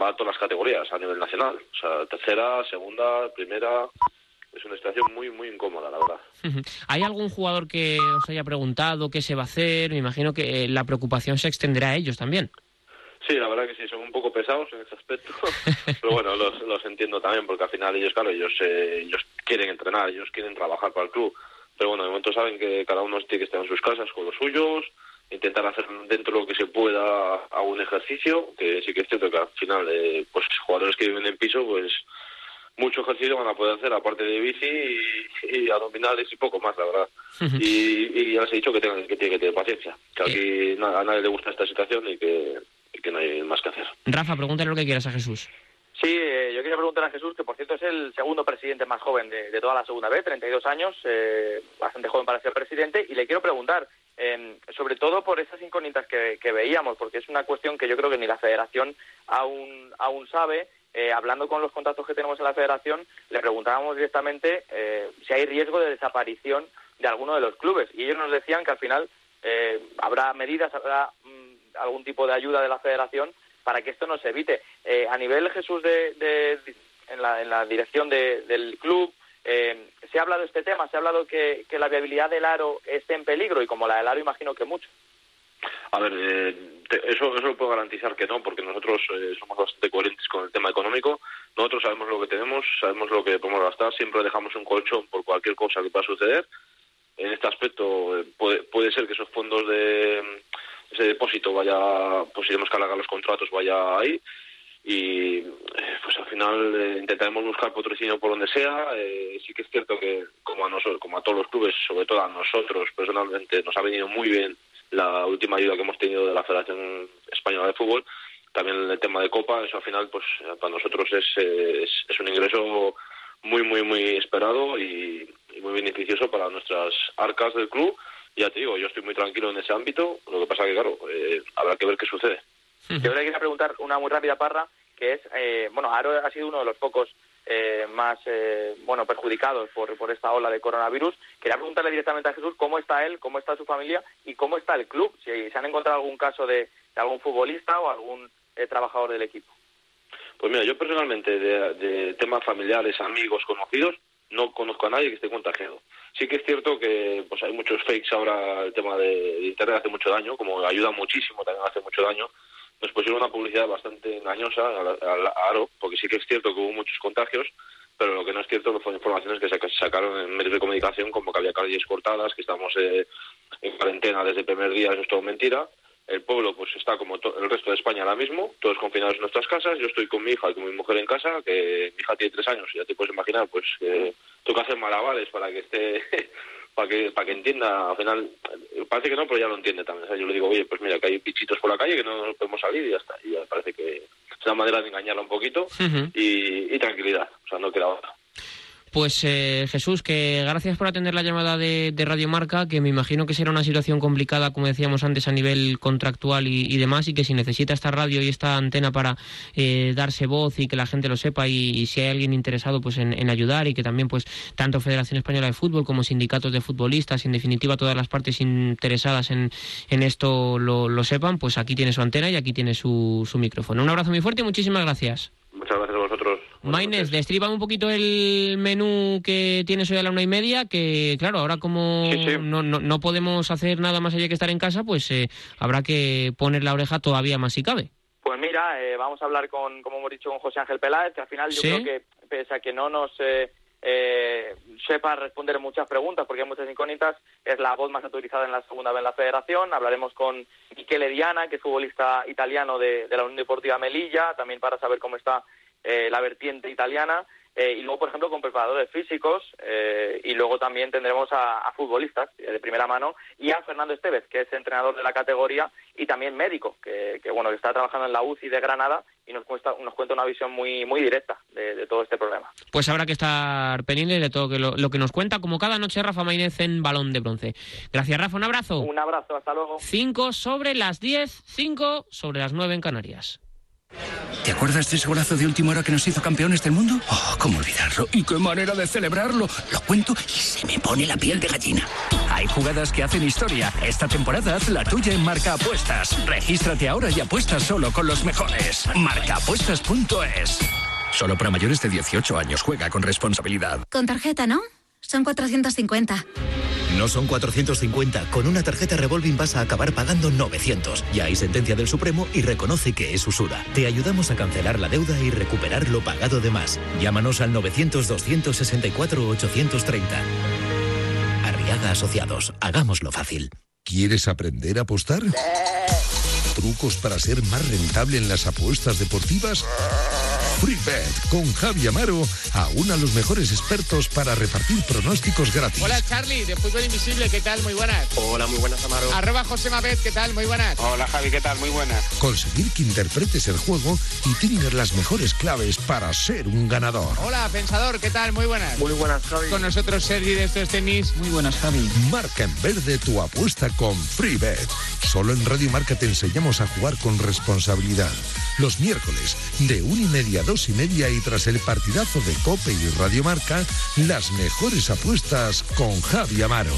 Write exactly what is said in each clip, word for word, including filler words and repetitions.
a todas las categorías a nivel nacional. O sea, tercera, segunda, primera... Es una situación muy, muy incómoda, la verdad. ¿Hay algún jugador que os haya preguntado qué se va a hacer? Me imagino que la preocupación se extenderá a ellos también. Sí, la verdad que sí, son un poco pesados en ese aspecto, pero bueno, los, los entiendo también, porque al final ellos, claro, ellos, eh, ellos quieren entrenar, ellos quieren trabajar para el club, pero bueno, de momento saben que cada uno tiene que estar en sus casas con los suyos, intentar hacer dentro de lo que se pueda algún ejercicio, que sí que es cierto que al final, eh, pues jugadores que viven en piso, pues mucho ejercicio van a poder hacer, aparte de bici y, y abdominales y poco más, la verdad. Uh-huh. Y, y ya les he dicho que tengan que tienen que tener paciencia, que aquí eh. a nadie le gusta esta situación y que, y que no hay más que hacer. Rafa, pregúntale lo que quieras a Jesús. Sí, eh, yo quería preguntar a Jesús, que por cierto es el segundo presidente más joven de, de toda la segunda B, treinta y dos años, eh, bastante joven para ser presidente, y le quiero preguntar, eh, sobre todo por esas incógnitas que, que veíamos, porque es una cuestión que yo creo que ni la Federación aún, aún sabe. Eh, hablando con los contactos que tenemos en la Federación, le preguntábamos directamente eh, si hay riesgo de desaparición de alguno de los clubes, y ellos nos decían que al final eh, habrá medidas, habrá mmm, algún tipo de ayuda de la Federación para que esto no se evite. Eh, a nivel, Jesús, de, de, de en, la, en la dirección de, del club, eh, ¿se ha hablado de este tema? ¿Se ha hablado que, que la viabilidad del Aro esté en peligro? Y como la del Aro imagino que mucho. A ver, eh, te, eso, eso lo puedo garantizar que no, porque nosotros eh, somos bastante coherentes con el tema económico. Nosotros sabemos lo que tenemos, sabemos lo que podemos gastar, siempre dejamos un colchón por cualquier cosa que pueda suceder. En este aspecto eh, puede, puede ser que esos fondos de ese depósito vaya, pues si tenemos que alargar los contratos, vaya ahí. Y eh, pues al final eh, intentaremos buscar patrocinio por donde sea. Eh, sí que es cierto que como a nosotros, como a todos los clubes, sobre todo a nosotros personalmente, nos ha venido muy bien la última ayuda que hemos tenido de la Federación Española de Fútbol. También el tema de Copa, eso al final pues para nosotros es, es, es un ingreso muy, muy, muy esperado y, y muy beneficioso para nuestras arcas del club. Y ya te digo, yo estoy muy tranquilo en ese ámbito, lo que pasa que claro, eh, habrá que ver qué sucede. Yo le quería preguntar una muy rápida, Parra, que es, eh, bueno, Aro ha sido uno de los pocos Eh, más eh, bueno perjudicados por, por esta ola de coronavirus. Quería preguntarle directamente a Jesús cómo está él, cómo está su familia y cómo está el club, si se han encontrado algún caso de, de algún futbolista o algún eh, trabajador del equipo. Pues mira, yo personalmente de, de temas familiares, amigos, conocidos, no conozco a nadie que esté contagiado. Sí que es cierto que pues hay muchos fakes ahora, el tema de, de internet hace mucho daño, como ayuda muchísimo, también hace mucho daño. Nos pusieron una publicidad bastante engañosa a Aro, porque sí que es cierto que hubo muchos contagios, pero lo que no es cierto fueron informaciones que se sacaron en medios de comunicación, como que había calles cortadas, que estamos eh, en cuarentena desde el primer día. Eso es todo mentira. El pueblo pues está como to- el resto de España ahora mismo, todos confinados en nuestras casas. Yo estoy con mi hija y con mi mujer en casa, que mi hija tiene tres años, y ya te puedes imaginar, pues que toca hacer malabares para que esté... para que para que entienda. Al final parece que no, pero ya lo entiende también. O sea, yo le digo, oye, pues mira, que hay bichitos por la calle que no podemos salir y ya está. Y ya parece que es una manera de engañarla un poquito. Uh-huh. y, y tranquilidad, o sea, no queda otra. Pues eh, Jesús, que gracias por atender la llamada de, de Radio Marca, que me imagino que será una situación complicada, como decíamos antes, a nivel contractual y, y demás, y que si necesita esta radio y esta antena para eh, darse voz y que la gente lo sepa, y, y si hay alguien interesado pues en, en ayudar, y que también pues tanto Federación Española de Fútbol como sindicatos de futbolistas, y en definitiva todas las partes interesadas en, en esto lo, lo sepan, pues aquí tiene su antena y aquí tiene su, su micrófono. Un abrazo muy fuerte y muchísimas gracias. Muchas gracias a vosotros. Maínez, destripa un poquito el menú que tienes hoy a la una y media, que claro, ahora como sí, sí. No, no, no podemos hacer nada más allá que estar en casa, pues eh, habrá que poner la oreja todavía más si cabe. Pues mira, eh, vamos a hablar con, como hemos dicho, con José Ángel Peláez, que al final yo ¿Sí? creo que, pese a que no nos eh, eh, sepa responder muchas preguntas, porque hay muchas incógnitas, es la voz más autorizada en la segunda vez en la Federación. Hablaremos con Michele Diana, que es futbolista italiano de, de la Unión Deportiva Melilla, también para saber cómo está eh, la vertiente italiana. Eh, y luego, por ejemplo, con preparadores físicos, eh, y luego también tendremos a, a futbolistas eh, de primera mano, y a Fernando Estevez, que es entrenador de la categoría y también médico, que, que bueno, que está trabajando en la U C I de Granada y nos cuenta, nos cuenta una visión muy muy directa de, de todo este problema. Pues habrá que estar pendientes de todo que lo, lo que nos cuenta, como cada noche, Rafa Maínez en Balón de Bronce. Gracias, Rafa, un abrazo. Un abrazo, hasta luego. Cinco sobre las diez, cinco sobre las nueve en Canarias. ¿Te acuerdas de ese golazo de última hora que nos hizo campeones del mundo? Oh, cómo olvidarlo. Y qué manera de celebrarlo. Lo cuento y se me pone la piel de gallina. Hay jugadas que hacen historia. Esta temporada haz la tuya en Marca Apuestas. Regístrate ahora y apuesta solo con los mejores. marca apuestas punto es. Solo para mayores de dieciocho años. Juega con responsabilidad. Con tarjeta, ¿no? Son cuatrocientos cincuenta. No son cuatrocientos cincuenta. Con una tarjeta Revolving vas a acabar pagando novecientos. Ya hay sentencia del Supremo y reconoce que es usura. Te ayudamos a cancelar la deuda y recuperar lo pagado de más. Llámanos al novecientos, doscientos sesenta y cuatro, ochocientos treinta. Arriaga Asociados. Hagámoslo fácil. ¿Quieres aprender a apostar? ¿Trucos para ser más rentable en las apuestas deportivas? FreeBet con Javi Amaro aúna a los mejores expertos para repartir pronósticos gratis. Hola Charlie, de Fútbol Invisible, ¿qué tal? Muy buenas. Hola, muy buenas, Amaro. Arroba José Mabet, ¿qué tal? Muy buenas. Hola Javi, ¿qué tal? Muy buenas. Conseguir que interpretes el juego y tengas las mejores claves para ser un ganador. Hola Pensador, ¿qué tal? Muy buenas. Muy buenas, Javi. Con nosotros Sergi de Estos Tenis. Muy buenas, Javi. Marca en verde tu apuesta con FreeBet. Solo en Radio Marca te enseñamos a jugar con responsabilidad. Los miércoles, de una y media a dos y media y tras el partidazo de COPE y Radio Marca, las mejores apuestas con Javi Amaro.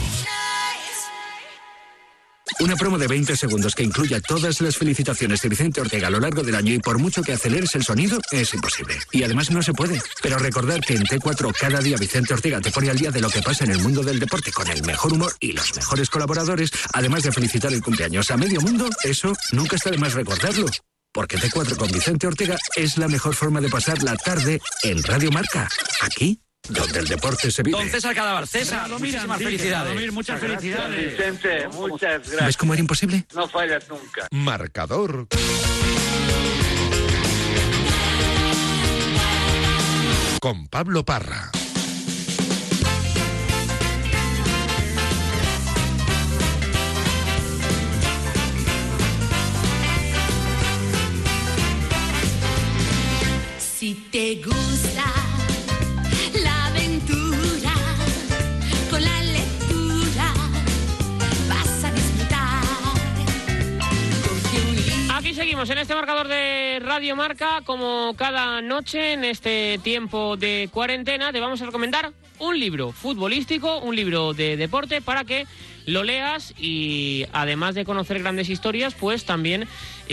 Una promo de veinte segundos que incluya todas las felicitaciones de Vicente Ortega a lo largo del año y por mucho que aceleres el sonido, es imposible. Y además no se puede. Pero recordar que en T cuatro cada día Vicente Ortega te pone al día de lo que pasa en el mundo del deporte con el mejor humor y los mejores colaboradores, además de felicitar el cumpleaños a medio mundo, eso nunca está de más recordarlo. Porque T cuatro con Vicente Ortega es la mejor forma de pasar la tarde en Radio Marca. Aquí, donde el deporte se vive. Don César Cadaval, César, muchísimas sí, felicidades. Muchas felicidades. Vicente, muchas gracias. ¿Ves cómo era imposible? No fallas nunca. Marcador. Con Pablo Parra. Si te gusta la aventura, con la lectura vas a disfrutar. Aquí seguimos en este marcador de Radio Marca, como cada noche en este tiempo de cuarentena. Te vamos a recomendar un libro futbolístico, un libro de deporte para que lo leas y además de conocer grandes historias, pues también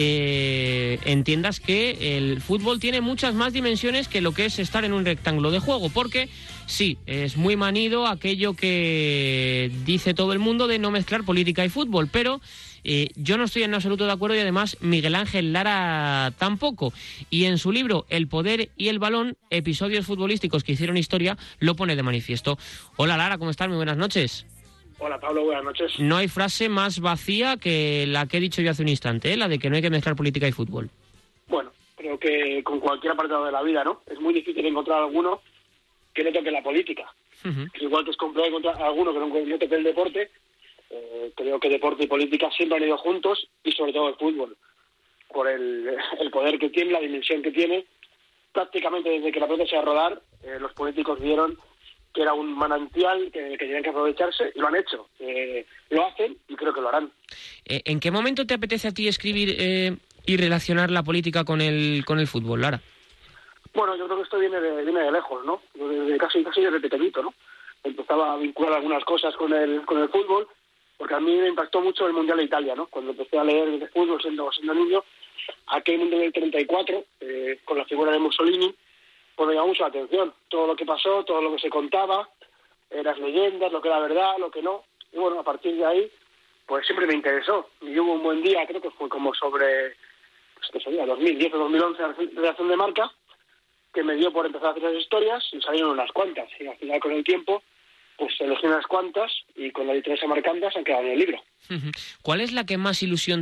eh, entiendas que el fútbol tiene muchas más dimensiones que lo que es estar en un rectángulo de juego, porque sí, es muy manido aquello que dice todo el mundo de no mezclar política y fútbol, pero eh, yo no estoy en absoluto de acuerdo y además Miguel Ángel Lara tampoco. Y en su libro El poder y el balón, episodios futbolísticos que hicieron historia, lo pone de manifiesto. Hola Lara, ¿cómo estás? Muy buenas noches. Hola Pablo, buenas noches. No hay frase más vacía que la que he dicho yo hace un instante, ¿eh? La de que no hay que mezclar política y fútbol. Bueno, creo que con cualquier apartado de la vida, ¿no? Es muy difícil encontrar alguno que no toque la política. Uh-huh. Igual que es complicado encontrar alguno que no, no toque el deporte. Eh, creo que deporte y política siempre han ido juntos y sobre todo el fútbol. Por el, el poder que tiene, la dimensión que tiene. Prácticamente desde que la pelota se va a rodar, eh, los políticos vieron que era un manantial que, que tenían que aprovecharse y lo han hecho. Eh, lo hacen y creo que lo harán. Eh, ¿En qué momento te apetece a ti escribir eh, y relacionar la política con el con el fútbol, Lara? Bueno, yo creo que esto viene de, viene de lejos, ¿no? Desde, casi, casi desde pequeñito, ¿no? Empezaba a vincular algunas cosas con el con el fútbol, porque a mí me impactó mucho el Mundial de Italia, ¿no? Cuando empecé a leer de fútbol siendo, siendo niño, aquel Mundial del treinta y cuatro, eh, con la figura de Mussolini, pues me llamó mucho la atención. Todo lo que pasó, todo lo que se contaba, eh, las leyendas, lo que era verdad, lo que no. Y bueno, a partir de ahí, pues siempre me interesó. Y hubo un buen día, creo que fue como sobre, pues que sería, dos mil diez o dos mil once, redacción de Marca, que me dio por empezar a hacer esas historias y salieron unas cuantas. Y al final, con el tiempo, pues elegí unas cuantas y con la editorial Samarcanda se han quedado en el libro. ¿Cuál es la que más ilusión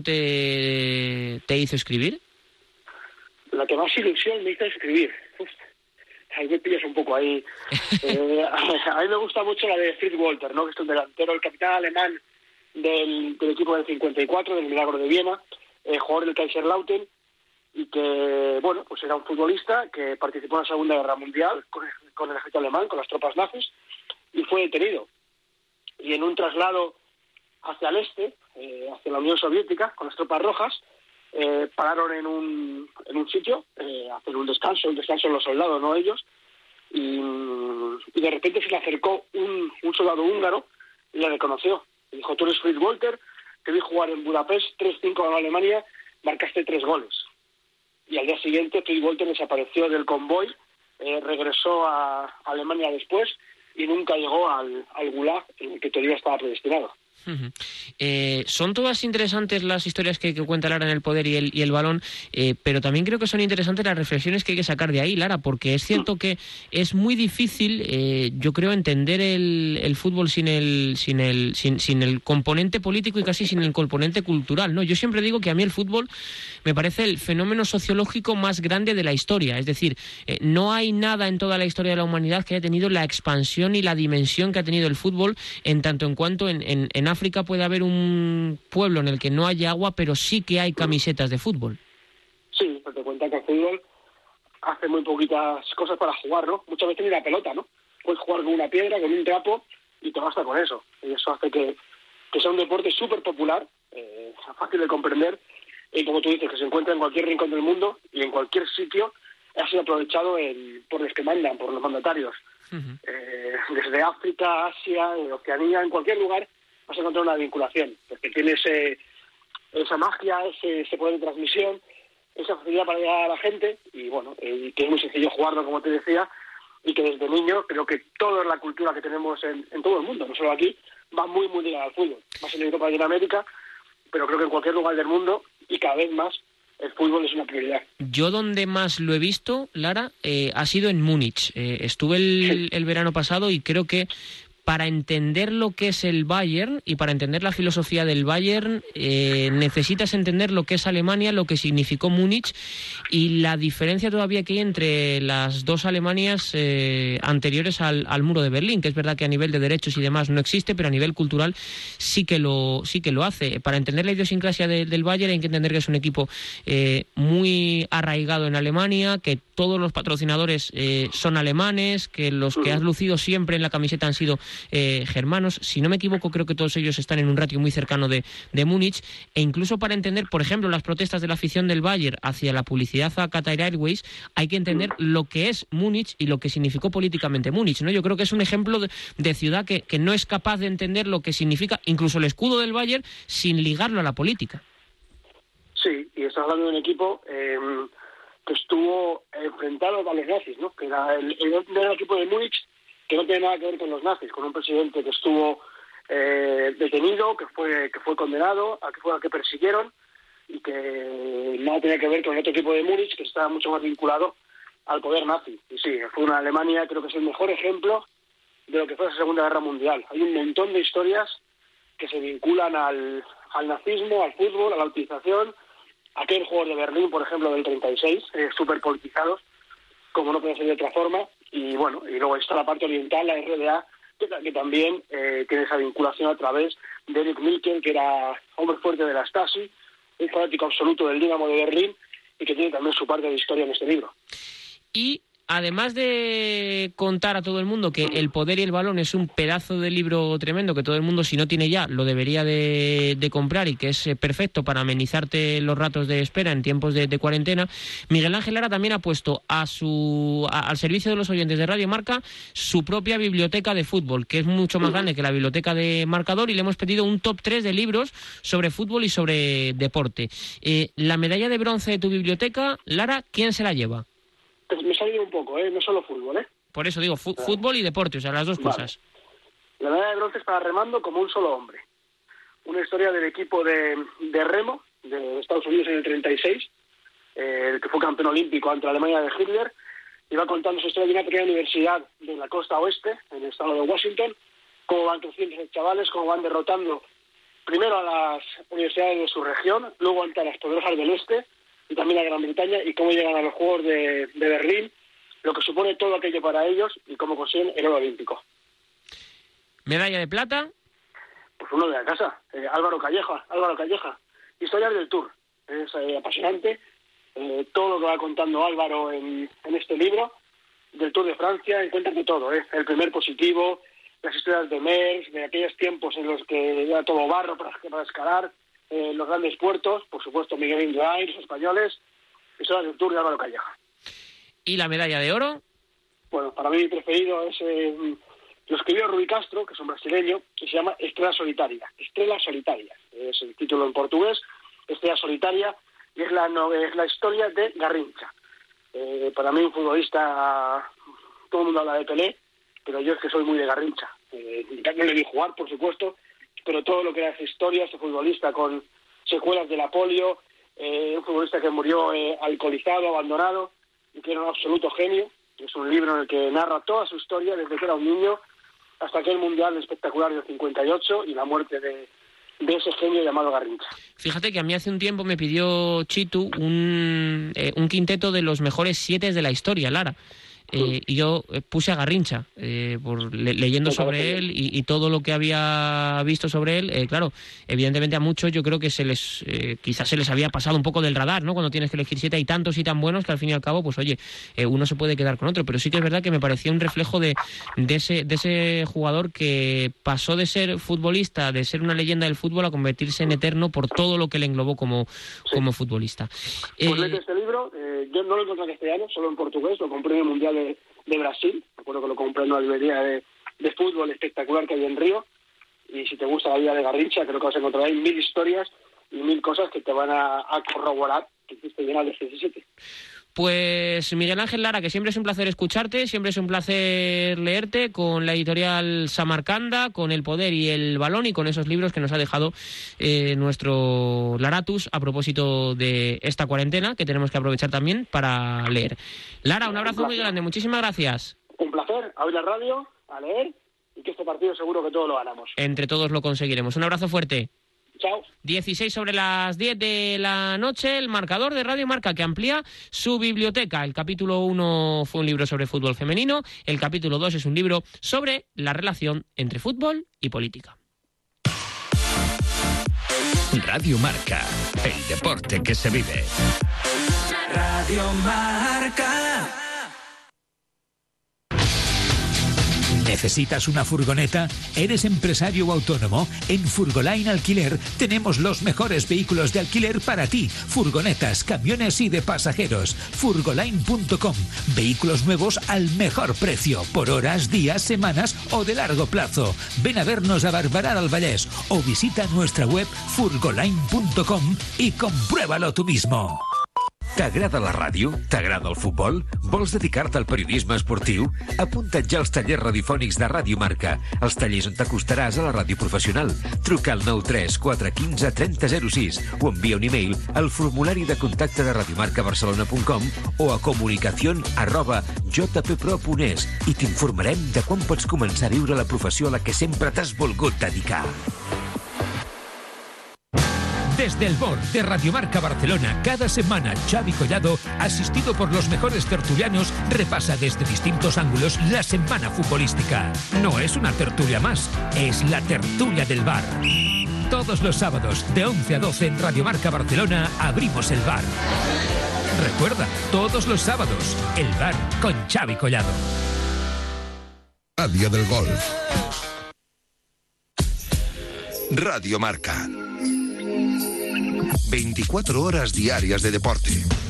te, te hizo escribir? La que más ilusión me hizo escribir. Uf. Ahí me pillas un poco ahí. Eh, a mí me gusta mucho la de Fritz Walter, ¿no? Que es el delantero, el capitán alemán del, del equipo del cincuenta y cuatro, del Milagro de Viena, eh, jugador del Kaiserslautern, y que, bueno, pues era un futbolista que participó en la Segunda Guerra Mundial con, con el ejército alemán, con las tropas nazis, y fue detenido. Y en un traslado hacia el este, eh, hacia la Unión Soviética, con las tropas rojas, Eh, pararon en un en un sitio eh, a hacer un descanso, un descanso los soldados, no ellos, y, y de repente se le acercó un, un soldado húngaro y le reconoció Me dijo, tú eres Fritz Walter, te vi jugar en Budapest, tres cinco a Alemania, marcaste tres goles. Y al día siguiente Fritz Walter desapareció del convoy, eh, regresó a Alemania después y nunca llegó al, al Gulag, en el que todavía estaba predestinado. Uh-huh. Eh, son todas interesantes las historias que, que cuenta Lara en El Poder y el, y el Balón, eh, pero también creo que son interesantes las reflexiones que hay que sacar de ahí, Lara, porque es cierto que es muy difícil, eh, yo creo, entender el, el fútbol sin el, sin el, sin, sin el componente político y casi sin el componente cultural, ¿no? Yo siempre digo que a mí el fútbol me parece el fenómeno sociológico más grande de la historia, es decir, eh, no hay nada en toda la historia de la humanidad que haya tenido la expansión y la dimensión que ha tenido el fútbol, en tanto en cuanto en, en, en África puede haber un pueblo en el que no haya agua, pero sí que hay camisetas de fútbol. Sí, pero te cuenta que el fútbol hace muy poquitas cosas para jugar, ¿no? Muchas veces ni la pelota, ¿no? Puedes jugar con una piedra, con un trapo, y te basta con eso. Y eso hace que, que sea un deporte súper popular, eh, fácil de comprender, y como tú dices, que se encuentra en cualquier rincón del mundo y en cualquier sitio, ha sido aprovechado el, por los que mandan, por los mandatarios. Uh-huh. Eh, desde África, Asia, Oceanía, en cualquier lugar vas a encontrar una vinculación, porque tiene ese, esa magia, ese, ese poder de transmisión, esa facilidad para llegar a la gente, y bueno, eh, que es muy sencillo jugarlo, como te decía, y que desde niño creo que toda la cultura que tenemos en, en todo el mundo, no solo aquí, va muy, muy ligada al fútbol. Más en Europa y en América, pero creo que en cualquier lugar del mundo, y cada vez más, el fútbol es una prioridad. Yo donde más lo he visto, Lara, eh, ha sido en Múnich. Eh, estuve el, sí. el verano pasado y creo que para entender lo que es el Bayern y para entender la filosofía del Bayern, eh, necesitas entender lo que es Alemania, lo que significó Múnich y la diferencia todavía que hay entre las dos Alemanias eh, anteriores al, al muro de Berlín, que es verdad que a nivel de derechos y demás no existe, pero a nivel cultural sí que lo sí que lo hace. Para entender la idiosincrasia de, del Bayern hay que entender que es un equipo eh, muy arraigado en Alemania, que todos los patrocinadores eh, son alemanes, que los que has lucido siempre en la camiseta han sido Eh, germanos, si no me equivoco creo que todos ellos están en un ratio muy cercano de, de Múnich, e incluso para entender, por ejemplo, las protestas de la afición del Bayern hacia la publicidad a Qatar Airways, hay que entender lo que es Múnich y lo que significó políticamente Múnich, ¿no? Yo creo que es un ejemplo de, de ciudad que, que no es capaz de entender lo que significa incluso el escudo del Bayern sin ligarlo a la política. Sí, y estás hablando de un equipo eh, que estuvo enfrentado a los nazis, ¿no? Que era el, el, el equipo de Múnich, que no tiene nada que ver con los nazis, con un presidente que estuvo eh, detenido, que fue que fue condenado, a que fue a que persiguieron, y que nada tenía que ver con el otro equipo de Múnich, que estaba mucho más vinculado al poder nazi. Y sí, fue una Alemania, creo que es el mejor ejemplo de lo que fue la Segunda Guerra Mundial. Hay un montón de historias que se vinculan al, al nazismo, al fútbol, a la utilización. Aquel jugador de Berlín, por ejemplo, del treinta y seis, eh, súper politizados, como no puede ser de otra forma. Y bueno, y luego está la parte oriental, la R D A, que, que también eh, tiene esa vinculación a través de Erich Milken, que era hombre fuerte de la Stasi, un fanático absoluto del Dinamo de Berlín, y que tiene también su parte de historia en este libro. Y además de contar a todo el mundo que El Poder y el Balón es un pedazo de libro tremendo, que todo el mundo, si no tiene ya, lo debería de, de comprar, y que es perfecto para amenizarte los ratos de espera en tiempos de, de cuarentena, Miguel Ángel Lara también ha puesto a su a, al servicio de los oyentes de Radio Marca su propia biblioteca de fútbol, que es mucho más grande que la biblioteca de Marcador, y le hemos pedido un top tres de libros sobre fútbol y sobre deporte. Eh, la medalla de bronce de tu biblioteca, Lara, ¿quién se la lleva? Pues me he salido un poco, ¿eh? No solo fútbol, ¿eh? Por eso digo, fu- fútbol y deporte, o sea, las dos vale. cosas. La medalla de bronce es para remando como un solo hombre. Una historia del equipo de, de remo de Estados Unidos en el treinta y seis, eh, el que fue campeón olímpico ante la Alemania de Hitler, y va contando su historia de una pequeña universidad de la costa oeste, en el estado de Washington, cómo van creciendo los chavales, cómo van derrotando primero a las universidades de su región, luego ante las poderosas del este, y también a Gran Bretaña, y cómo llegan a los Juegos de, de Berlín, lo que supone todo aquello para ellos y cómo consiguen el oro olímpico. ¿Medalla de plata? Pues uno de la casa, eh, Álvaro Calleja, Álvaro Calleja. Historias del Tour, es eh, apasionante, eh, todo lo que va contando Álvaro en, en este libro, del Tour de Francia, encuentran de todo, eh, el primer positivo, las historias de Merckx, de aquellos tiempos en los que era todo barro para, para escalar, Eh, los grandes puertos, por supuesto Miguel Indurain, los españoles, eso era el Tour de Álvaro Calleja. ¿Y la medalla de oro? Bueno, para mí mi preferido es eh, Lo escribió Rui Castro, que es un brasileño, que se llama Estrela Solitaria. Estrela Solitaria, es el título en portugués, Estrela Solitaria, y es la, no, es la historia de Garrincha. Eh, para mí un futbolista, todo el mundo habla de Pelé, pero yo es que soy muy de Garrincha. Eh, no le vi jugar, por supuesto, pero todo lo que era esa historia, ese futbolista con secuelas de la polio, eh, un futbolista que murió eh, alcoholizado, abandonado, y que era un absoluto genio. Es un libro en el que narra toda su historia desde que era un niño hasta aquel Mundial espectacular del cincuenta y ocho y la muerte de, de ese genio llamado Garrincha. Fíjate que a mí hace un tiempo me pidió Chitu un, eh, un quinteto de los mejores siete de la historia, Lara. Eh, y yo puse a Garrincha, eh, por le, leyendo sobre él y, y todo lo que había visto sobre él. Eh, claro, evidentemente a muchos yo creo que se les eh, quizás se les había pasado un poco del radar, ¿no? Cuando tienes que elegir siete, hay tantos y tan buenos que al fin y al cabo, pues oye, eh, uno se puede quedar con otro. Pero sí que es verdad que me parecía un reflejo de, de ese de ese jugador que pasó de ser futbolista, de ser una leyenda del fútbol, a convertirse en eterno por todo lo que le englobó como, sí. como futbolista. Pues eh, léete este libro, eh, yo no lo encontré en castellano, solo en portugués, lo compré en el Mundial de, de Brasil, recuerdo que lo compré en una librería de, de fútbol espectacular que hay en Río, y si te gusta la vida de Garrincha, creo que vas a encontrar ahí mil historias y mil cosas que te van a, a corroborar que hiciste bien al diecisiete. Pues Miguel Ángel Lara, que siempre es un placer escucharte, siempre es un placer leerte con la editorial Samarcanda, con El Poder y el Balón y con esos libros que nos ha dejado eh, nuestro Laratus a propósito de esta cuarentena, que tenemos que aprovechar también para leer. Lara, un abrazo un muy grande, muchísimas gracias. Un placer, a oír la radio, a leer y que este partido seguro que todos lo ganamos. Entre todos lo conseguiremos. Un abrazo fuerte. Chao. dieciséis sobre las diez de la noche, el marcador de Radio Marca que amplía su biblioteca. El capítulo uno fue un libro sobre fútbol femenino, el capítulo dos es un libro sobre la relación entre fútbol y política. Radio Marca, el deporte que se vive. Radio Marca. ¿Necesitas una furgoneta? ¿Eres empresario o autónomo? En Furgoline Alquiler tenemos los mejores vehículos de alquiler para ti. Furgonetas, camiones y de pasajeros. Furgoline punto com. Vehículos nuevos al mejor precio, por horas, días, semanas o de largo plazo. Ven a vernos a Barberà del Vallès o visita nuestra web furgoline punto com y compruébalo tú mismo. T'agrada la ràdio? T'agrada el futbol? Vols dedicar-te al periodisme esportiu? Apunta't ja als tallers radiofònics de Ràdio Marca, els tallers on t'acostaràs a la ràdio professional. Truca al nou tres quatre un cinc trenta zero sis o envia un e-mail al formulari de contacte de radiomarcabarcelona punt com o a comunicación arroba jppro punt es i t'informarem de quan pots començar a viure la professió a la que sempre t'has volgut dedicar. Desde el board de Radio Marca Barcelona, cada semana Xavi Collado, asistido por los mejores tertulianos, repasa desde distintos ángulos la semana futbolística. No es una tertulia más, es la tertulia del bar. Todos los sábados, de once a doce en Radio Marca Barcelona, abrimos el bar. Recuerda, todos los sábados, el bar con Xavi Collado. Radio del Golf. Radio Marca. veinticuatro horas diarias de deporte.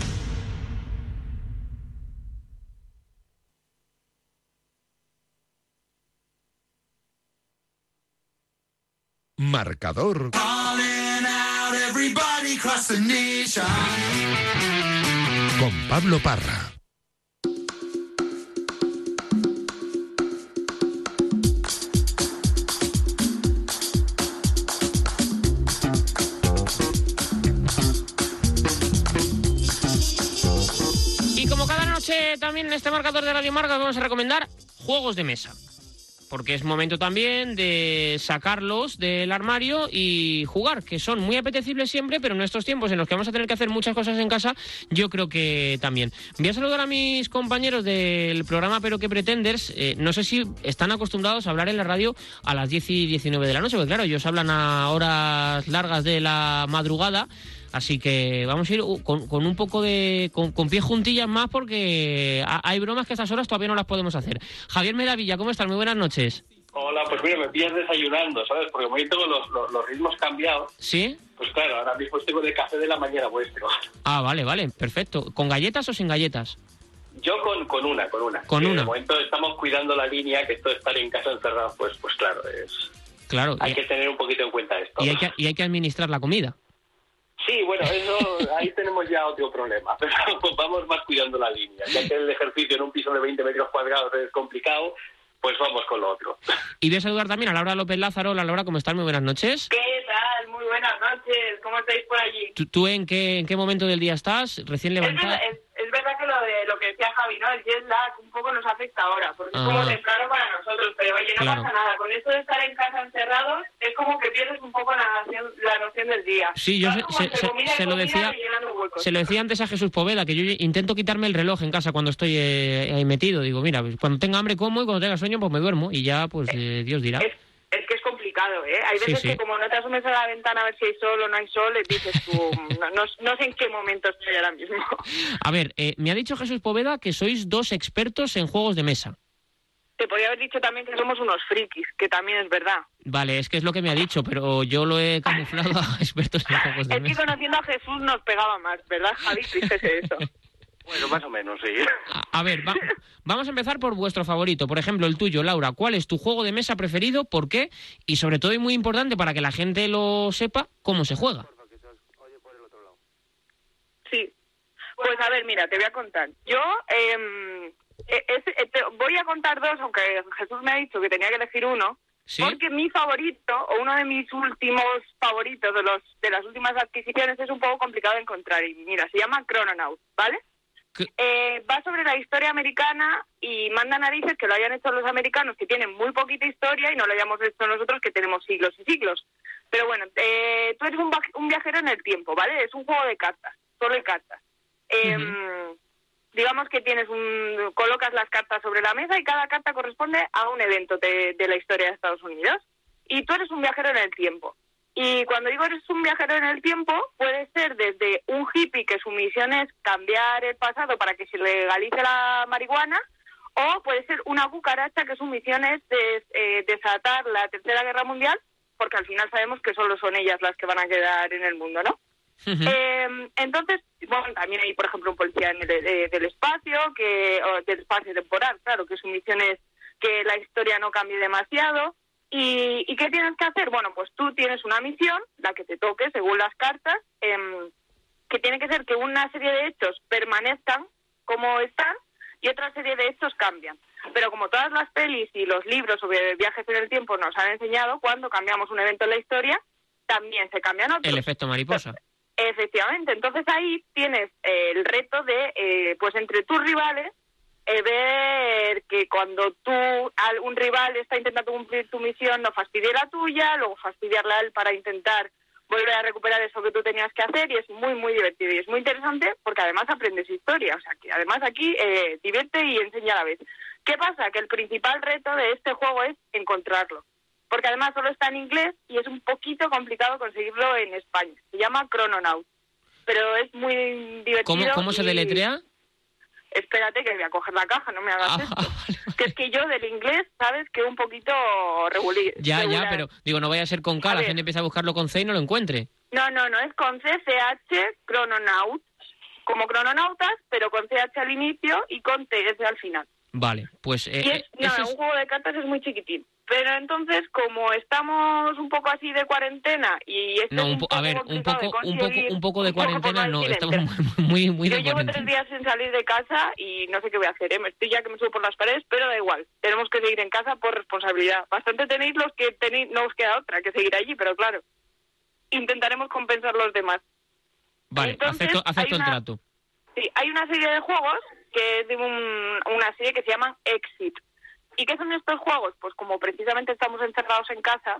Marcador. Con Pablo Parra. También en este marcador de Radio Marca vamos a recomendar juegos de mesa, porque es momento también de sacarlos del armario y jugar, que son muy apetecibles siempre, pero en estos tiempos en los que vamos a tener que hacer muchas cosas en casa, yo creo que también. Voy a saludar a mis compañeros del programa Pero qué pretendes. Eh, no sé si están acostumbrados a hablar en la radio a las diez y diecinueve de la noche, porque claro, ellos hablan a horas largas de la madrugada. Así que vamos a ir con, con un poco de... Con, con pies juntillas más, porque hay bromas que a estas horas todavía no las podemos hacer. Javier Medavilla, ¿cómo estás? Muy buenas noches. Hola, pues mira, me pillas desayunando, ¿sabes? Porque como yo tengo los, los, los ritmos cambiados... ¿Sí? Pues claro, ahora mismo tengo de café de la mañana vuestro. Ah, vale, vale, perfecto. ¿Con galletas o sin galletas? Yo con, con una, con una. Con que una. De momento estamos cuidando la línea, que esto de estar en casa encerrado, pues, pues claro, es... Claro. Hay y, que tener un poquito en cuenta esto. Y hay que, y hay que administrar la comida. Sí, bueno, eso ahí tenemos ya otro problema, pero vamos más cuidando la línea. Ya que el ejercicio en un piso de veinte metros cuadrados es complicado, pues vamos con lo otro. Y voy a saludar también a Laura López Lázaro. Hola, Laura, ¿cómo estás? Muy buenas noches. ¿Qué tal? Muy buenas noches. ¿Cómo estáis por allí? ¿Tú, tú en qué en qué momento del día estás? ¿Recién levantada? Es verdad, es, es verdad que lo de lo que decía Javi, ¿no? El jet lag un poco nos afecta ahora, porque Ah. es como temprano para nosotros, pero oye, no Claro. pasa nada. Con esto de estar en casa encerrados, es como que pierdes un poco la noción, la noción del día. Sí, yo Vas se, como se- entre se- comida y se lo comida decía rellenando huecos. se lo decía antes a Jesús Poveda, que yo intento quitarme el reloj en casa cuando estoy eh, ahí metido. Digo, mira, pues cuando tenga hambre como y cuando tenga sueño pues me duermo y ya pues eh, Dios dirá. Es, es que es complicado, ¿eh? Hay Sí, veces sí. que como no te asumes a la ventana a ver si hay sol o no hay sol, dices tú, no, no, no sé en qué momento estoy ahora mismo. A ver, eh, me ha dicho Jesús Poveda que sois dos expertos en juegos de mesa. Te podría haber dicho también que somos unos frikis, que también es verdad. Vale, es que es lo que me ha dicho, pero yo lo he camuflado a expertos en juegos de Es que mesa. conociendo a Jesús nos pegaba más, ¿verdad, Javi? Fíjese eso. Bueno, más o menos, sí. A, a ver, va- vamos a empezar por vuestro favorito. Por ejemplo, el tuyo, Laura. ¿Cuál es tu juego de mesa preferido? ¿Por qué? Y sobre todo, y muy importante para que la gente lo sepa, ¿cómo se juega? Sí. Pues a ver, mira, te voy a contar. Yo eh, es- eh, te- voy a contar dos, aunque Jesús me ha dicho que tenía que elegir uno, ¿Sí? porque mi favorito, o uno de mis últimos favoritos de los de las últimas adquisiciones, es un poco complicado de encontrar. Y mira, se llama Chrononaut, ¿vale? Eh, va sobre la historia americana y manda narices que lo hayan hecho los americanos, que tienen muy poquita historia, y no lo hayamos hecho nosotros, que tenemos siglos y siglos. Pero bueno, eh, tú eres un, va- un viajero en el tiempo, ¿vale? Es un juego de cartas, solo de cartas. Eh, Digamos que tienes un colocas las cartas sobre la mesa y cada carta corresponde a un evento de, de la historia de Estados Unidos. Y tú eres un viajero en el tiempo. Y cuando digo eres un viajero en el tiempo, puede ser desde un hippie que su misión es cambiar el pasado para que se legalice la marihuana, o puede ser una cucaracha que su misión es des- eh, desatar la Tercera Guerra Mundial, porque al final sabemos que solo son ellas las que van a quedar en el mundo, ¿no? Eh, entonces, bueno, también hay, por ejemplo, un policía en el, eh, del espacio, que o del espacio temporal, claro, que su misión es que la historia no cambie demasiado. ¿Y, ¿y qué tienes que hacer? Bueno, pues tú tienes una misión, la que te toque según las cartas, em, que tiene que ser que una serie de hechos permanezcan como están y otra serie de hechos cambian. Pero como todas las pelis y los libros sobre viajes en el tiempo nos han enseñado, cuando cambiamos un evento en la historia, también se cambian otros. El efecto mariposa. Efectivamente, entonces ahí tienes eh, el reto de, eh, pues entre tus rivales, eh, ver que cuando tú, algún rival está intentando cumplir tu misión, no fastidie la tuya, luego fastidiarla a él para intentar volver a recuperar eso que tú tenías que hacer, y es muy, muy divertido y es muy interesante porque además aprendes historia, o sea que además aquí eh, divierte y enseña a la vez. ¿Qué pasa? Que el principal reto de este juego es encontrarlo, porque además solo está en inglés y es un poquito complicado conseguirlo en España. Se llama Chrononaut, pero es muy divertido. ¿Cómo, cómo se y- deletrea? Espérate que voy a coger la caja, no me hagas esto. Que es que yo del inglés, ¿sabes? Que un poquito regulí. Ya, ya, regular. pero digo, no vaya a ser con K, A la ver. gente empieza a buscarlo con C y no lo encuentre. No, no, no, es con C C H, Chrononaut, como crononautas, pero con C H al inicio y con T S al final. Vale, pues... eh, Y es, eh, no, ese es- un juego de cartas es muy chiquitín. Pero entonces, como estamos un poco así de cuarentena y este No, es un un po- poco a ver, un complicado poco, de un poco, conseguir, un poco de un poco por cuarentena no, decir estamos entero. muy, muy, muy Yo de llevo cuarentena. tres días sin salir de casa y no sé qué voy a hacer, ¿eh? Me estoy ya que me subo por las paredes, pero da igual. Tenemos que seguir en casa por responsabilidad. Bastante tenéis los que tenéis, no os queda otra que seguir allí, pero claro, intentaremos compensar los demás. Vale, Entonces, acepto, acepto hay el una- trato. Sí, hay una serie de juegos que es de un- una serie que se llama Exit. ¿Y qué son estos juegos? Pues como precisamente estamos encerrados en casa,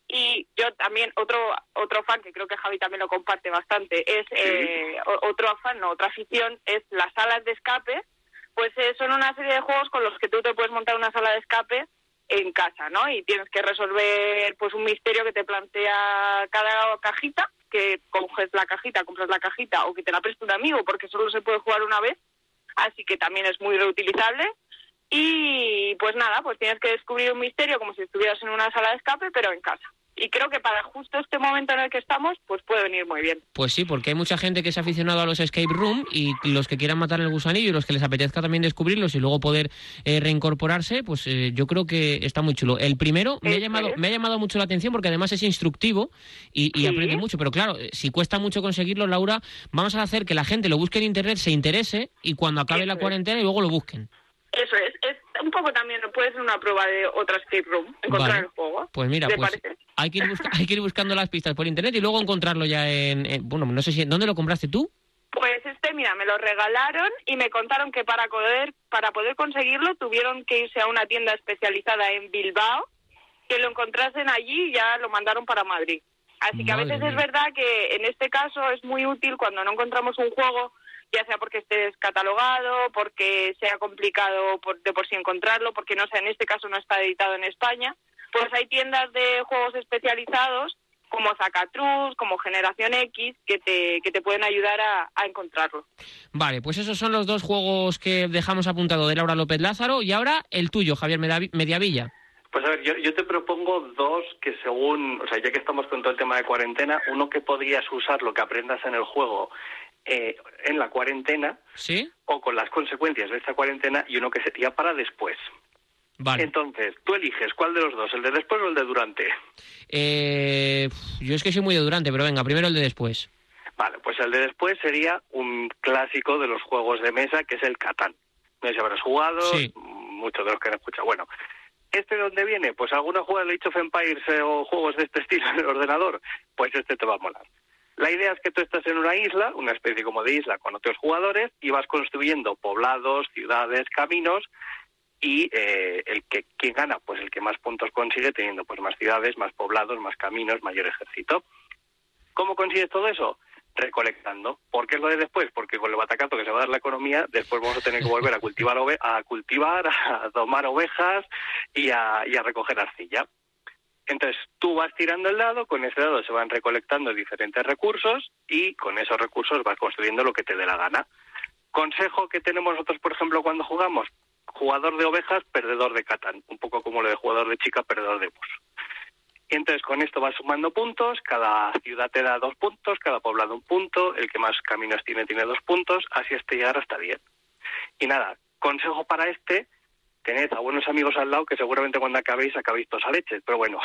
y yo también, otro otro afán, que creo que Javi también lo comparte bastante, es eh, o- otro afán, no, otra afición, es las salas de escape. Pues eh, son una serie de juegos con los que tú te puedes montar una sala de escape en casa, ¿no? Y tienes que resolver pues un misterio que te plantea cada cajita, que coges la cajita, compras la cajita, o que te la presta un amigo, porque solo se puede jugar una vez, así que también es muy reutilizable. Y pues nada, pues tienes que descubrir un misterio como si estuvieras en una sala de escape, pero en casa. y creo que para justo este momento en el que estamos, pues puede venir muy bien. Pues sí, porque hay mucha gente que se ha aficionado a los escape room y los que quieran matar el gusanillo y los que les apetezca también descubrirlos y luego poder eh, reincorporarse, pues eh, yo creo que está muy chulo. El primero me ha llamado me ha llamado mucho la atención porque además es instructivo y, y sí. aprende mucho, pero claro, si cuesta mucho conseguirlo, Laura, vamos a hacer que la gente lo busque en internet, se interese y cuando acabe Eso la cuarentena es. y luego lo busquen. Eso es, es un poco también, puede ser una prueba de otra escape room, encontrar vale. el juego. Pues mira, pues hay que, ir busca, hay que ir buscando las pistas por internet y luego encontrarlo ya en, en... Bueno, no sé si... ¿Dónde lo compraste tú? Pues este, mira, me lo regalaron y me contaron que para poder, para poder conseguirlo tuvieron que irse a una tienda especializada en Bilbao, que lo encontrasen allí y ya lo mandaron para Madrid. Así que Madre a veces mía. es verdad que en este caso es muy útil cuando no encontramos un juego, ya sea porque esté descatalogado, porque sea complicado por, de por sí encontrarlo, porque no sea, en este caso no está editado en España, pues hay tiendas de juegos especializados como Zacatrus, como Generación X, que te, que te pueden ayudar a, a encontrarlo. Vale, pues esos son los dos juegos que dejamos apuntado de Laura López Lázaro, y ahora el tuyo, Javier Mediavilla. Pues a ver, yo, yo te propongo dos que según, o sea, ya que estamos con todo el tema de cuarentena, uno que podrías usar lo que aprendas en el juego eh, en la cuarentena, ¿sí? O con las consecuencias de esta cuarentena, y uno que sería para después. Vale. Entonces, tú eliges, ¿cuál de los dos? ¿El de después o el de durante? Eh, yo es que soy muy de durante, pero venga, primero el de después. Vale, pues el de después sería un clásico de los juegos de mesa, que es el Catán. No sé si habrás jugado, sí. Muchos de los que han escuchado. Bueno, ¿este de dónde viene? Pues alguna juega de Age of Empires eh, o juegos de este estilo en el ordenador, pues este te va a molar. La idea es que tú estás en una isla, una especie como de isla con otros jugadores, y vas construyendo poblados, ciudades, caminos, y eh, el que quien gana, pues el que más puntos consigue, teniendo pues más ciudades, más poblados, más caminos, mayor ejército. ¿Cómo consigues todo eso? Recolectando. ¿Por qué es lo de después? Porque con el batacazo que se va a dar la economía, después vamos a tener que volver a cultivar, ove- a cultivar, a domar ovejas y a, y a recoger arcilla. Entonces, tú vas tirando el dado, con ese dado se van recolectando diferentes recursos y con esos recursos vas construyendo lo que te dé la gana. Consejo que tenemos nosotros, por ejemplo, cuando jugamos: jugador de ovejas, perdedor de Catán. Un poco como lo de jugador de chica, perdedor de bus. Y entonces con esto vas sumando puntos, cada ciudad te da dos puntos, cada poblado un punto, el que más caminos tiene tiene dos puntos, así hasta llegar hasta diez. Y nada, consejo para este: tened a buenos amigos al lado que seguramente cuando acabéis, acabéis todos a leches, pero bueno.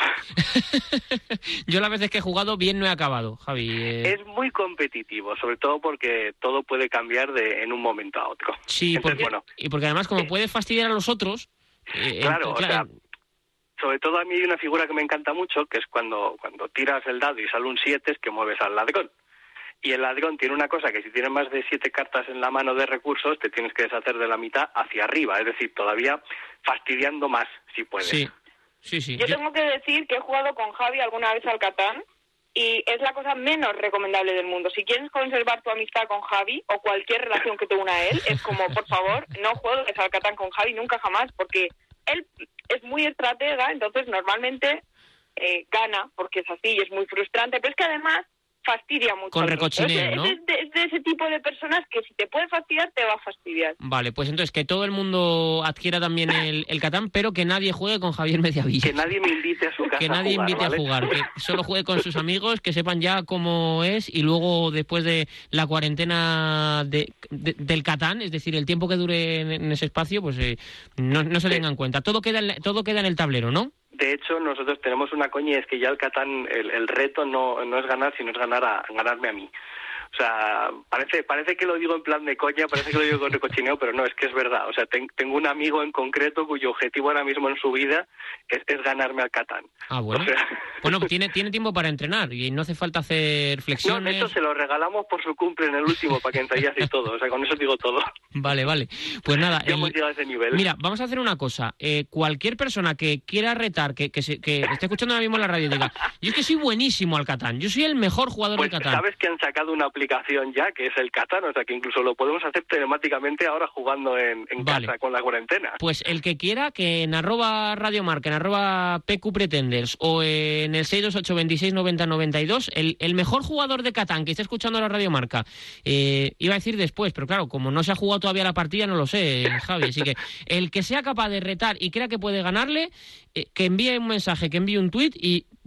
Yo las veces que he jugado bien no he acabado, Javi. Eh... Es muy competitivo, sobre todo porque todo puede cambiar de en un momento a otro. Sí, Entonces, porque, bueno, y porque además como eh, puedes fastidiar a los otros... Eh, claro, eh, claro, o sea, sobre todo a mí hay una figura que me encanta mucho, que es cuando, cuando tiras el dado y sale un siete, es que mueves al ladrón. Y el ladrón tiene una cosa, que si tienes más de siete cartas en la mano de recursos, te tienes que deshacer de la mitad hacia arriba, es decir, todavía fastidiando más, si puedes. Sí, sí, sí. Yo, Yo tengo que decir que he jugado con Javi alguna vez al Catán y es la cosa menos recomendable del mundo. Si quieres conservar tu amistad con Javi o cualquier relación que te una a él, es como, por favor, no juegues al Catán con Javi nunca jamás, porque él es muy estratega, entonces normalmente eh, gana, porque es así y es muy frustrante, pero es que además fastidia mucho. Con recochineo, ¿no? Es de, es de ese tipo de personas que si te puede fastidiar, te va a fastidiar. Vale, pues entonces que todo el mundo adquiera también el, el Catán, pero que nadie juegue con Javier Mediavilla. Que nadie me invite a su casa Que nadie a jugar, invite ¿vale? a jugar, que solo juegue con sus amigos, que sepan ya cómo es, y luego después de la cuarentena de, de, del Catán, es decir, el tiempo que dure en, en ese espacio, pues eh, no, no se tenga en cuenta. Todo queda en, todo queda en el tablero, ¿no? De hecho, nosotros tenemos una coña, y es que ya el Catán, el, el reto no, no es ganar, sino es ganar a, ganarme a mí. O sea, parece parece que lo digo en plan de coña, parece que lo digo con recochineo, pero no, es que es verdad. O sea, ten, tengo un amigo en concreto cuyo objetivo ahora mismo en su vida es, es ganarme al Catán. Ah, bueno. O sea... Bueno, tiene tiene tiempo para entrenar y no hace falta hacer flexiones. No, de hecho se lo regalamos por su cumple en el último para que ensayase y todo. O sea, con eso digo todo. Vale, vale. Pues nada. Ya el... hemos llegado a ese nivel. Mira, vamos a hacer una cosa. Eh, cualquier persona que quiera retar, que, que, se, que esté escuchando ahora mismo en la radio y diga: yo es que soy buenísimo al Catán, yo soy el mejor jugador pues, del Catán. ¿Sabes que han sacado una aplicación ya que es el Catán? O sea, que incluso lo podemos hacer telemáticamente ahora jugando en, en vale. casa con la cuarentena. Pues el que quiera, que en arroba radiomarca, en arroba pqpretenders o en el seis dos ocho veintiséis noventa noventa y dos, el, el mejor jugador de Catán que esté escuchando la radiomarca, eh, iba a decir después, pero claro, como no se ha jugado todavía la partida, no lo sé, Javi, así que el que sea capaz de retar y crea que puede ganarle, eh, que envíe un mensaje, que envíe un tuit y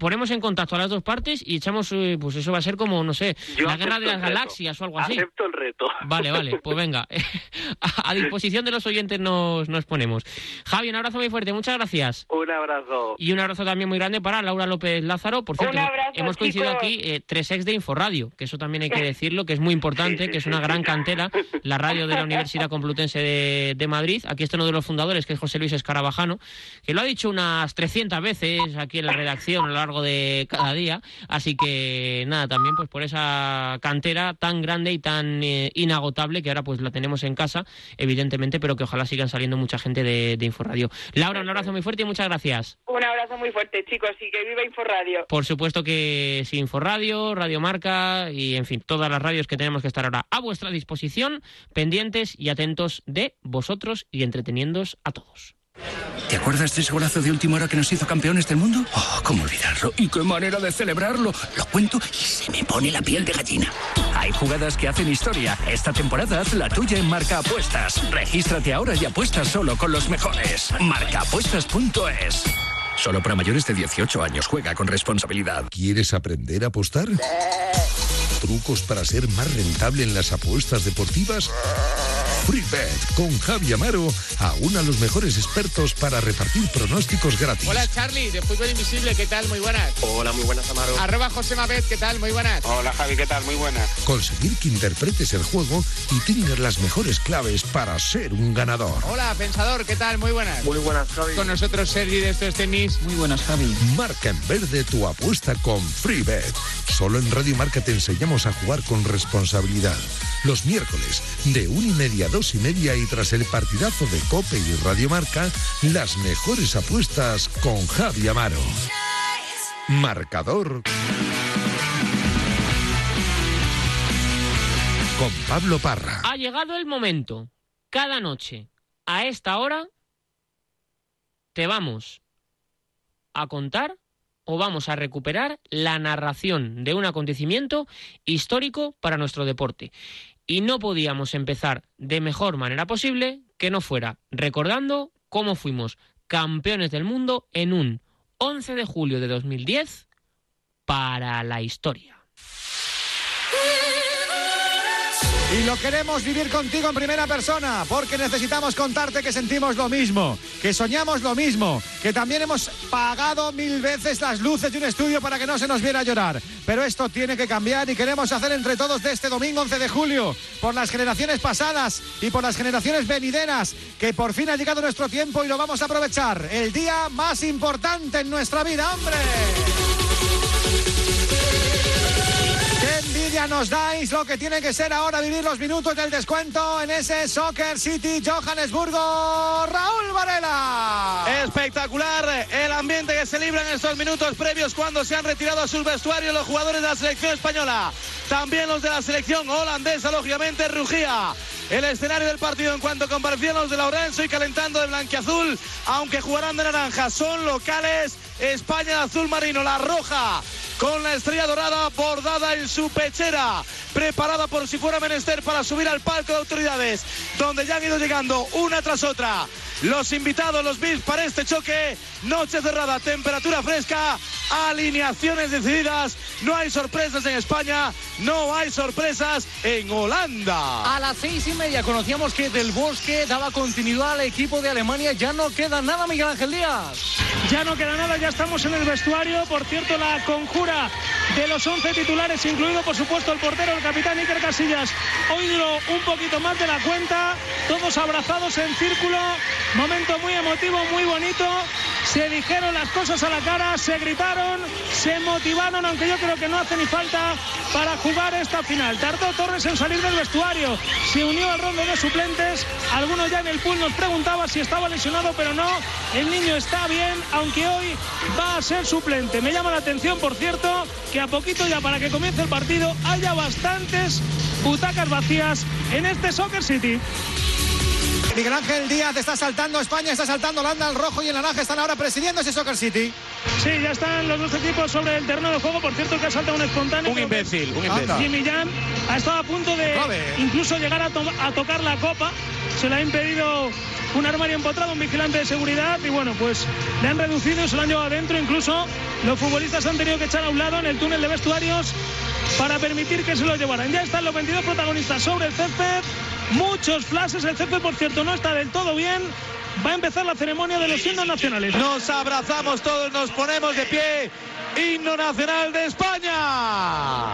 ponemos en contacto a las dos partes y echamos, eh, pues eso va a ser como, no sé, Yo la guerra de las acepto el reto. galaxias o algo así. Acepto el reto. Vale, vale, pues venga. a, a disposición de los oyentes nos, nos ponemos. Javi, un abrazo muy fuerte, muchas gracias. Un abrazo. Y un abrazo también muy grande para Laura López Lázaro. Por cierto, Un abrazo, hemos coincidido chicos. aquí eh, tres ex de Inforradio, que eso también hay que decirlo, que es muy importante, Sí, sí, que es sí, una sí. gran cantera, la radio de la Universidad Complutense de, de Madrid. Aquí está uno de los fundadores, que es José Luis Escarabajano, que lo ha dicho unas trescientas veces aquí en la redacción a lo largo de cada día. Así que nada, también pues por esa cantera tan grande y tan eh, inagotable que ahora pues la tenemos en casa, evidentemente, pero que ojalá sigan saliendo mucha gente de, de Inforradio. Laura, un abrazo muy fuerte y muchas gracias. Un abrazo muy fuerte, chicos, y que viva Inforradio. Por supuesto que sí, Inforradio, Radio Marca y, en fin, todas las radios que tenemos que estar ahora a vuestra disposición, pendientes y atentos de vosotros y entreteniéndoos a todos. ¿Te acuerdas de ese golazo de última hora que nos hizo campeones del mundo? Oh, cómo olvidarlo. Y qué manera de celebrarlo. Lo cuento y se me pone la piel de gallina. Hay jugadas que hacen historia. Esta temporada haz la tuya en Marca Apuestas. Regístrate ahora y apuesta solo con los mejores. marca apuestas punto es. Solo para mayores de dieciocho años. Juega con responsabilidad. ¿Quieres aprender a apostar? ¿Trucos para ser más rentable en las apuestas deportivas? FreeBet con Javi Amaro aúna a los mejores expertos para repartir pronósticos gratis. Hola, Charlie, de Fútbol Invisible, ¿qué tal? Muy buenas. Hola, muy buenas, Amaro. Arroba José Mabet, ¿qué tal? Muy buenas. Hola, Javi, ¿qué tal? Muy buenas. Conseguir que interpretes el juego y tengas las mejores claves para ser un ganador. Hola, Pensador, ¿qué tal? Muy buenas. Muy buenas, Javi. Con nosotros Sergi de Esto es Tenis. Muy buenas, Javi. Marca en verde tu apuesta con FreeBet. Solo en Radio Marca te enseñamos a jugar con responsabilidad. Los miércoles, de una y media a dos y media y tras el partidazo de COPE y Radio Marca, las mejores apuestas con Javi Amaro. Marcador con Pablo Parra. Ha llegado el momento. Cada noche, a esta hora, te vamos a contar o vamos a recuperar la narración de un acontecimiento histórico para nuestro deporte. Y no podíamos empezar de mejor manera posible que no fuera recordando cómo fuimos campeones del mundo en un once de julio de dos mil diez para la historia. Y lo queremos vivir contigo en primera persona, porque necesitamos contarte que sentimos lo mismo, que soñamos lo mismo, que también hemos pagado mil veces las luces de un estudio para que no se nos viera llorar. Pero esto tiene que cambiar y queremos hacer entre todos de este domingo once de julio, por las generaciones pasadas y por las generaciones venideras, que por fin ha llegado nuestro tiempo y lo vamos a aprovechar. El día más importante en nuestra vida, ¡hombre! ¡Qué envidia nos dais! Lo que tiene que ser ahora vivir los minutos del descuento en ese Soccer City Johannesburgo. Raúl Varela. Espectacular el ambiente que se libra en estos minutos previos cuando se han retirado a sus vestuarios los jugadores de la selección española. También los de la selección holandesa, lógicamente, rugía el escenario del partido en cuanto comparecían los de Laurenzo y calentando de blanquiazul, aunque jugarán de naranja. Son locales. España de azul marino, la roja con la estrella dorada bordada en su pechera, preparada por si fuera menester para subir al palco de autoridades, donde ya han ido llegando una tras otra los invitados, los V I Ps para este choque. Noche cerrada, temperatura fresca, alineaciones decididas, no hay sorpresas en España, no hay sorpresas en Holanda. A las seis y media conocíamos que Del Bosque daba continuidad al equipo de Alemania. Ya no queda nada, Miguel Ángel Díaz. Ya no queda nada, ya estamos en el vestuario. Por cierto, la conjura de los once titulares, incluido por supuesto el portero, el capitán Iker Casillas, hoy duró un poquito más de la cuenta, todos abrazados en círculo, momento muy emotivo, muy bonito. Se dijeron las cosas a la cara, se gritaron, se motivaron, aunque yo creo que no hace ni falta para jugar esta final. Tardó Torres en salir del vestuario, se unió al rondo de suplentes. Algunos ya en el pool nos preguntaba si estaba lesionado, pero no, el niño está bien, aunque hoy va a ser suplente. Me llama la atención, por cierto, que a poquito ya para que comience el partido haya bastantes butacas vacías en este Soccer City. Miguel Ángel Díaz está saltando España, está saltando Holanda, el rojo y el naranja están ahora presidiendo ese Soccer City. Sí, ya están los dos equipos sobre el terreno de juego. Por cierto, que ha saltado un espontáneo. Un imbécil, un imbécil. Jimmy Jan ha estado a punto de incluso llegar a, to- a tocar la copa. Se le ha impedido un armario empotrado, un vigilante de seguridad, y bueno, pues le han reducido y se lo han llevado adentro. Incluso los futbolistas han tenido que echar a un lado en el túnel de vestuarios para permitir que se lo llevaran. Ya están los veintidós protagonistas sobre el césped, muchos flashes. El césped, por cierto, no está del todo bien. Va a empezar la ceremonia de los himnos nacionales. Nos abrazamos todos, nos ponemos de pie. Himno nacional de España.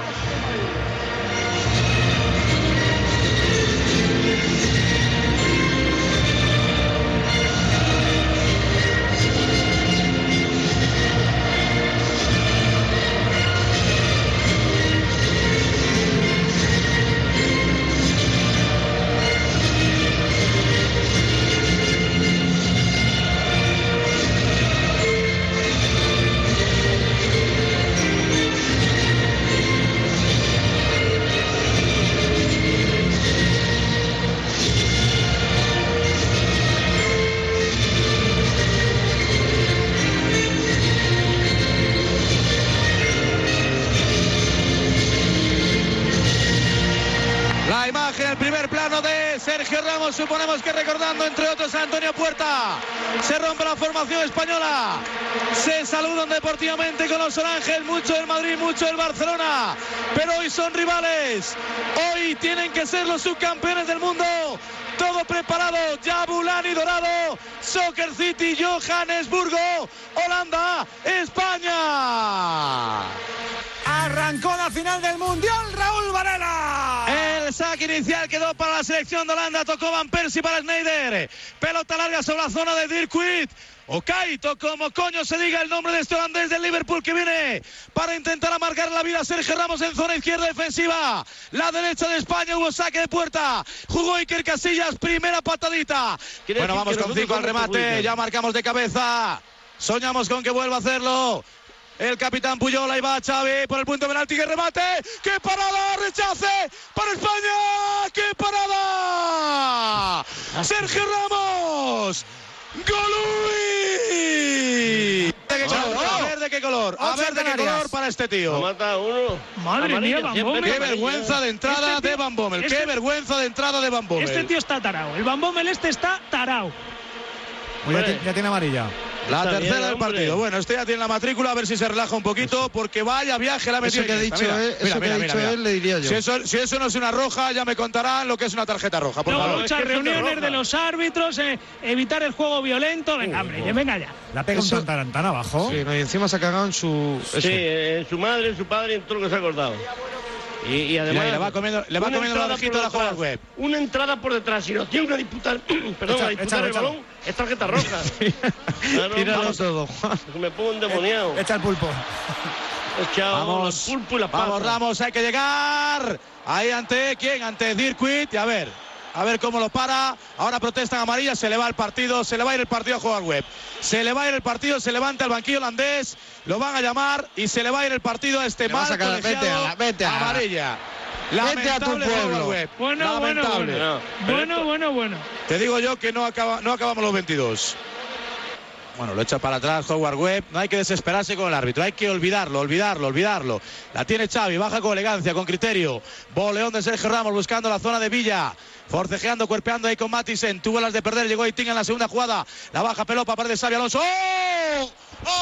El primer plano de Sergio Ramos, suponemos que recordando entre otros a Antonio Puerta. Se rompe la formación española, se saludan deportivamente con los oranges, mucho del Madrid, mucho del Barcelona, pero hoy son rivales, hoy tienen que ser los subcampeones del mundo. Todo preparado, Jabulani dorado, Soccer City, Johannesburgo, Holanda, España. Arrancó la final del Mundial, Raúl Varela. El saque inicial quedó para la selección de Holanda, tocó Van Persie para Sneijder. Pelota larga sobre la zona de Dirk Kuyt. O Kaito, como coño se diga el nombre de este holandés del Liverpool, que viene para intentar amargar la vida a Sergio Ramos en zona izquierda defensiva. La derecha de España, hubo saque de puerta. Jugó Iker Casillas, primera patadita. Bueno, vamos con cinco al remate, ya marcamos de cabeza. Soñamos con que vuelva a hacerlo el capitán Puyol. Ahí va Xavi por el punto de penalti, que remate, ¡qué parada! ¡Rechace para España! ¡Qué parada! ¡Sergio Ramos! ¡Golui! A ver de qué color, a ver de qué color para este tío. Ha matado uno. Madre mía, Van Bommel. Qué vergüenza de entrada este tío, de Van Bommel. este, Qué vergüenza de entrada de Van Bommel. Este tío está tarao. El Van Bommel este está tarao. Pues ya, ya tiene amarilla. La Está tercera bien, del partido. Bueno, este ya tiene la matrícula, a ver si se relaja un poquito, porque vaya viaje la ha metido. Eso que ha dicho, mira, él, mira, eso mira, que ha mira, dicho mira. él, le diría yo. Si eso, si eso no es una roja, ya me contarán lo que es una tarjeta roja, por Luego favor. muchas Es que eso es reuniones roja. de los árbitros, eh, evitar el juego violento. Venga, Uh, hombre, uh. que venga ya. La pega Eso- un tan, tan abajo. Sí, no, y encima se ha cagado en su... Sí, eso. en su madre, en su padre, en todo lo que se ha acordado. Y, y además. Mira, y le va comiendo, le va una comiendo la entrada orejita por a la detrás, Howard Webb. Una entrada por detrás. Si no tiene una disputa. Perdón, Echa- a disputar échalo, el échalo. balón, es tarjeta roja. Claro, Tíralo vamos, todo, Juan. me pongo endemoniado. Echa el pulpo. Echado Vamos, el pulpo y la pata. vamos Ramos, hay que llegar. Ahí ante quién, ante Dirk Kuyt. Y a ver, a ver cómo lo para. Ahora protestan amarillas, se le va el partido, se le va a ir el partido a Howard Webb. Se le va a ir el partido, se levanta el banquillo holandés, lo van a llamar y se le va a ir el partido a este Le va a mal sacar- colegiado. vete a la- vete a la- amarilla. Vete a tu Lamentable pueblo. Howard Webb. Bueno, bueno, Lamentable. bueno. Bueno, bueno, bueno. Te digo yo que no, acaba, no acabamos los veintidós. Bueno, lo echa para atrás Howard Webb. No hay que desesperarse con el árbitro. Hay que olvidarlo, olvidarlo, olvidarlo. La tiene Xavi. Baja con elegancia, con criterio. Boleón de Sergio Ramos buscando la zona de Villa. Forcejeando, cuerpeando ahí con Matisen. Tuvo las de perder. Llegó Eitinga en la segunda jugada. La baja pelota para de Xavi Alonso. ¡Oh!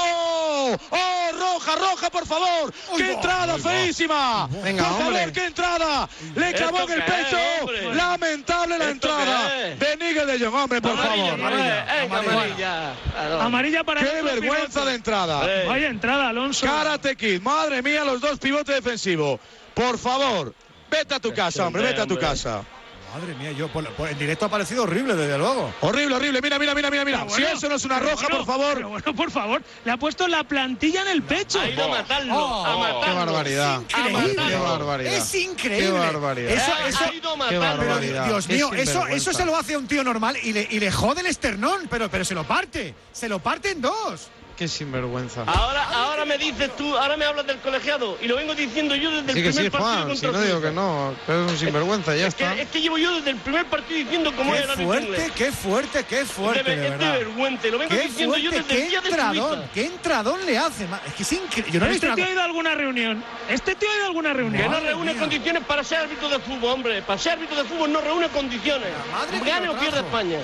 ¡Oh! ¡Oh! ¡Roja, roja, por favor! ¡Qué va, entrada uy, va. feísima! Venga, por hombre. favor, qué entrada. Le clavó en el ¿Esto qué es, pecho. hombre? Lamentable la ¿Esto entrada qué es? de Nigel de Jong. Hombre, por Amarilla, favor. amarilla, eh, amarilla. amarilla. Claro. Amarilla para Qué los dos vergüenza pivotes. de entrada. Eh. Vaya entrada, Alonso. Karate Kid, madre mía, los dos pivotes defensivos. Por favor, vete a tu casa, hombre, vete a tu hombre. casa. Madre mía, yo por, por- en directo ha parecido horrible, desde luego. Horrible, horrible. Mira, mira, mira, mira, mira. Pero Si bueno, eso no es una pero roja, bueno, por favor. Pero bueno, por favor. Le ha puesto la plantilla en el pecho. Ha ido a matarlo. Oh, a matarlo. Qué barbaridad. Increíble. Qué barbaridad. Es increíble. Qué barbaridad. Eso, Ha- eso, ha ido a Qué matarlo. pero, barbaridad. Dios Qué mío, eso, sinvergüenza. eso se lo hace a un tío normal y le, y le jode el esternón, pero, pero se lo parte. Se lo parte en dos. Qué sinvergüenza. Ahora, ahora me dices tú, ahora me hablas del colegiado y lo vengo diciendo yo desde Sí el que primer sí, partido Juan. Si contra no digo Suiza. que no, pero es un sinvergüenza, ya Es que, está. es que llevo yo desde el primer partido diciendo cómo Qué era el árbitro fuerte, inglés. qué fuerte, qué fuerte, Es de de, es de verdad. vergüenza, lo vengo Qué diciendo yo fuerte, desde qué el día de entradón, Suiza. qué entradón le hace. ma- Es que es increíble. Yo no he visto Este una tío ha cosa- ido a alguna reunión. Este tío ha ido a alguna reunión. Que no Madre reúne mía. condiciones para ser árbitro de fútbol, hombre. Para ser árbitro de fútbol no reúne condiciones. madre que Gane lo o pierda trajo. España.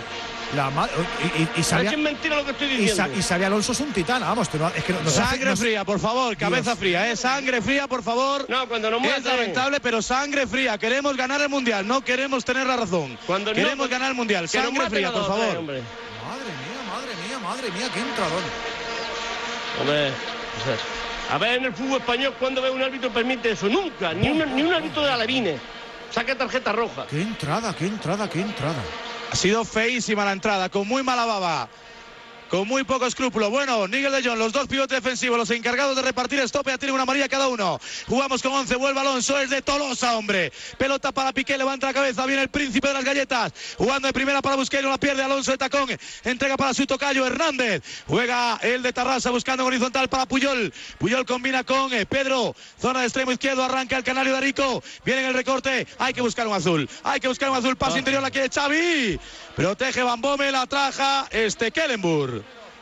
La ma- y, y, y sabía, es mentira lo que estoy y, diciendo. Sa- y Xabi Alonso es un titán, vamos. No, es que no, no sangre no, fría, por favor, cabeza Dios. fría, ¿eh? Sangre fría, por favor. No, cuando nos Es lamentable, pero sangre fría. Queremos ganar el Mundial, no queremos tener la razón. Cuando queremos no, ganar el Mundial. Sangre fría, por favor. Madre mía, madre mía, madre mía, qué entrador. Hombre, a ver, en el fútbol español, ¿cuándo ve un árbitro permite eso? Nunca, ni un, ni un árbitro de alevines. Saca tarjeta roja. Qué entrada, qué entrada, qué entrada. Ha sido feísima la entrada, con muy mala baba, con muy poco escrúpulo. Bueno, Nigel de Jong, los dos pivotes defensivos, los encargados de repartir estope, ya tienen una amarilla cada uno. Jugamos con once, vuelve Alonso, es de Tolosa, hombre. Pelota para Piqué, levanta la cabeza, viene el príncipe de las galletas. Jugando de primera para Busquets, no la pierde Alonso de tacón. Entrega para su tocayo Hernández. Juega el de Tarrasa buscando en horizontal para Puyol. Puyol combina con eh, Pedro, zona de extremo izquierdo, arranca el canario de Arico. Viene en el recorte, hay que buscar un azul. Hay que buscar un azul, pase interior, la quiere Xavi. Protege Van Bommel, la traja este Kellenburg.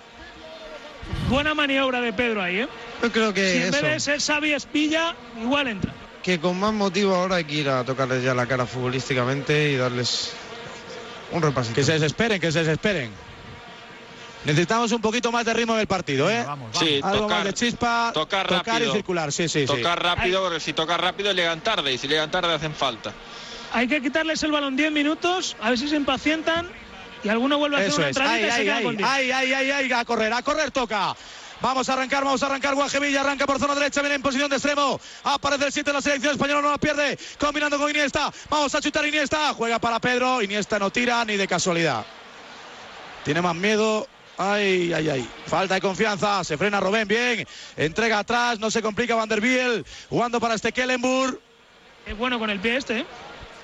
Buena maniobra de Pedro ahí, ¿eh? Yo creo que si en eso, vez de ser Xavi Espilla, igual entra. que con más motivo ahora hay que ir a tocarles ya la cara futbolísticamente y darles un repasito. Que se desesperen, que se desesperen. Necesitamos un poquito más de ritmo en el partido, ¿eh? Vamos, vamos. Sí, Algo tocar, más de chispa, tocar tocar rápido. y circular, sí, sí, tocar sí. rápido, porque si tocar rápido llegan tarde, y si llegan tarde hacen falta. Hay que quitarles el balón diez minutos, a ver si se impacientan y alguno vuelve a hacer Eso una es. entradita Ay, y se ay, queda ay, con diez. ay, ay, ay, ay, a correr, a correr toca. Vamos a arrancar, vamos a arrancar. Guajevilla arranca por zona derecha, viene en posición de extremo. Aparece el siete de la selección española, no la pierde. Combinando con Iniesta. Vamos a chutar Iniesta. Juega para Pedro. Iniesta no tira ni de casualidad. Tiene más miedo. Ay, ay, ay. Falta de confianza. Se frena Robben bien. Entrega atrás. No se complica Van der Biel. Jugando para este Kellenburg. Es bueno con el pie este, ¿eh?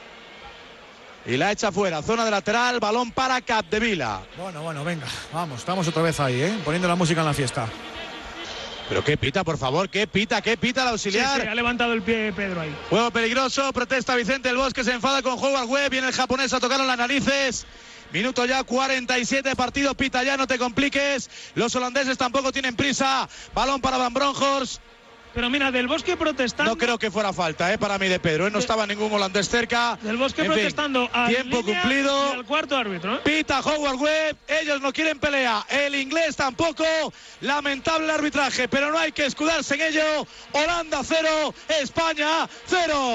Y la echa fuera. Zona de lateral. Balón para Capdevila. Bueno, bueno, venga. Vamos, estamos otra vez ahí, ¿eh? Poniendo la música en la fiesta. Pero qué pita, por favor. Qué pita, qué pita el auxiliar. Sí, sí, ha levantado el pie Pedro ahí. Juego peligroso. Protesta Vicente del Bosque. Se enfada con Howard Webb. Viene el japonés a tocar en las narices. Minuto ya cuarenta y siete, partido pita ya, no te compliques. Los holandeses tampoco tienen prisa. Balón para Van Bronckhorst. Pero mira, Del Bosque protestando. No creo que fuera falta, ¿eh? Para mí de Pedro. ¿eh? No estaba ningún holandés cerca. Del Bosque En fin, protestando al tiempo línea cumplido. y al cuarto árbitro, ¿eh? Pita Howard Webb. Ellos no quieren pelea. El inglés tampoco. Lamentable el arbitraje, pero no hay que escudarse en ello. Holanda cero, España cero.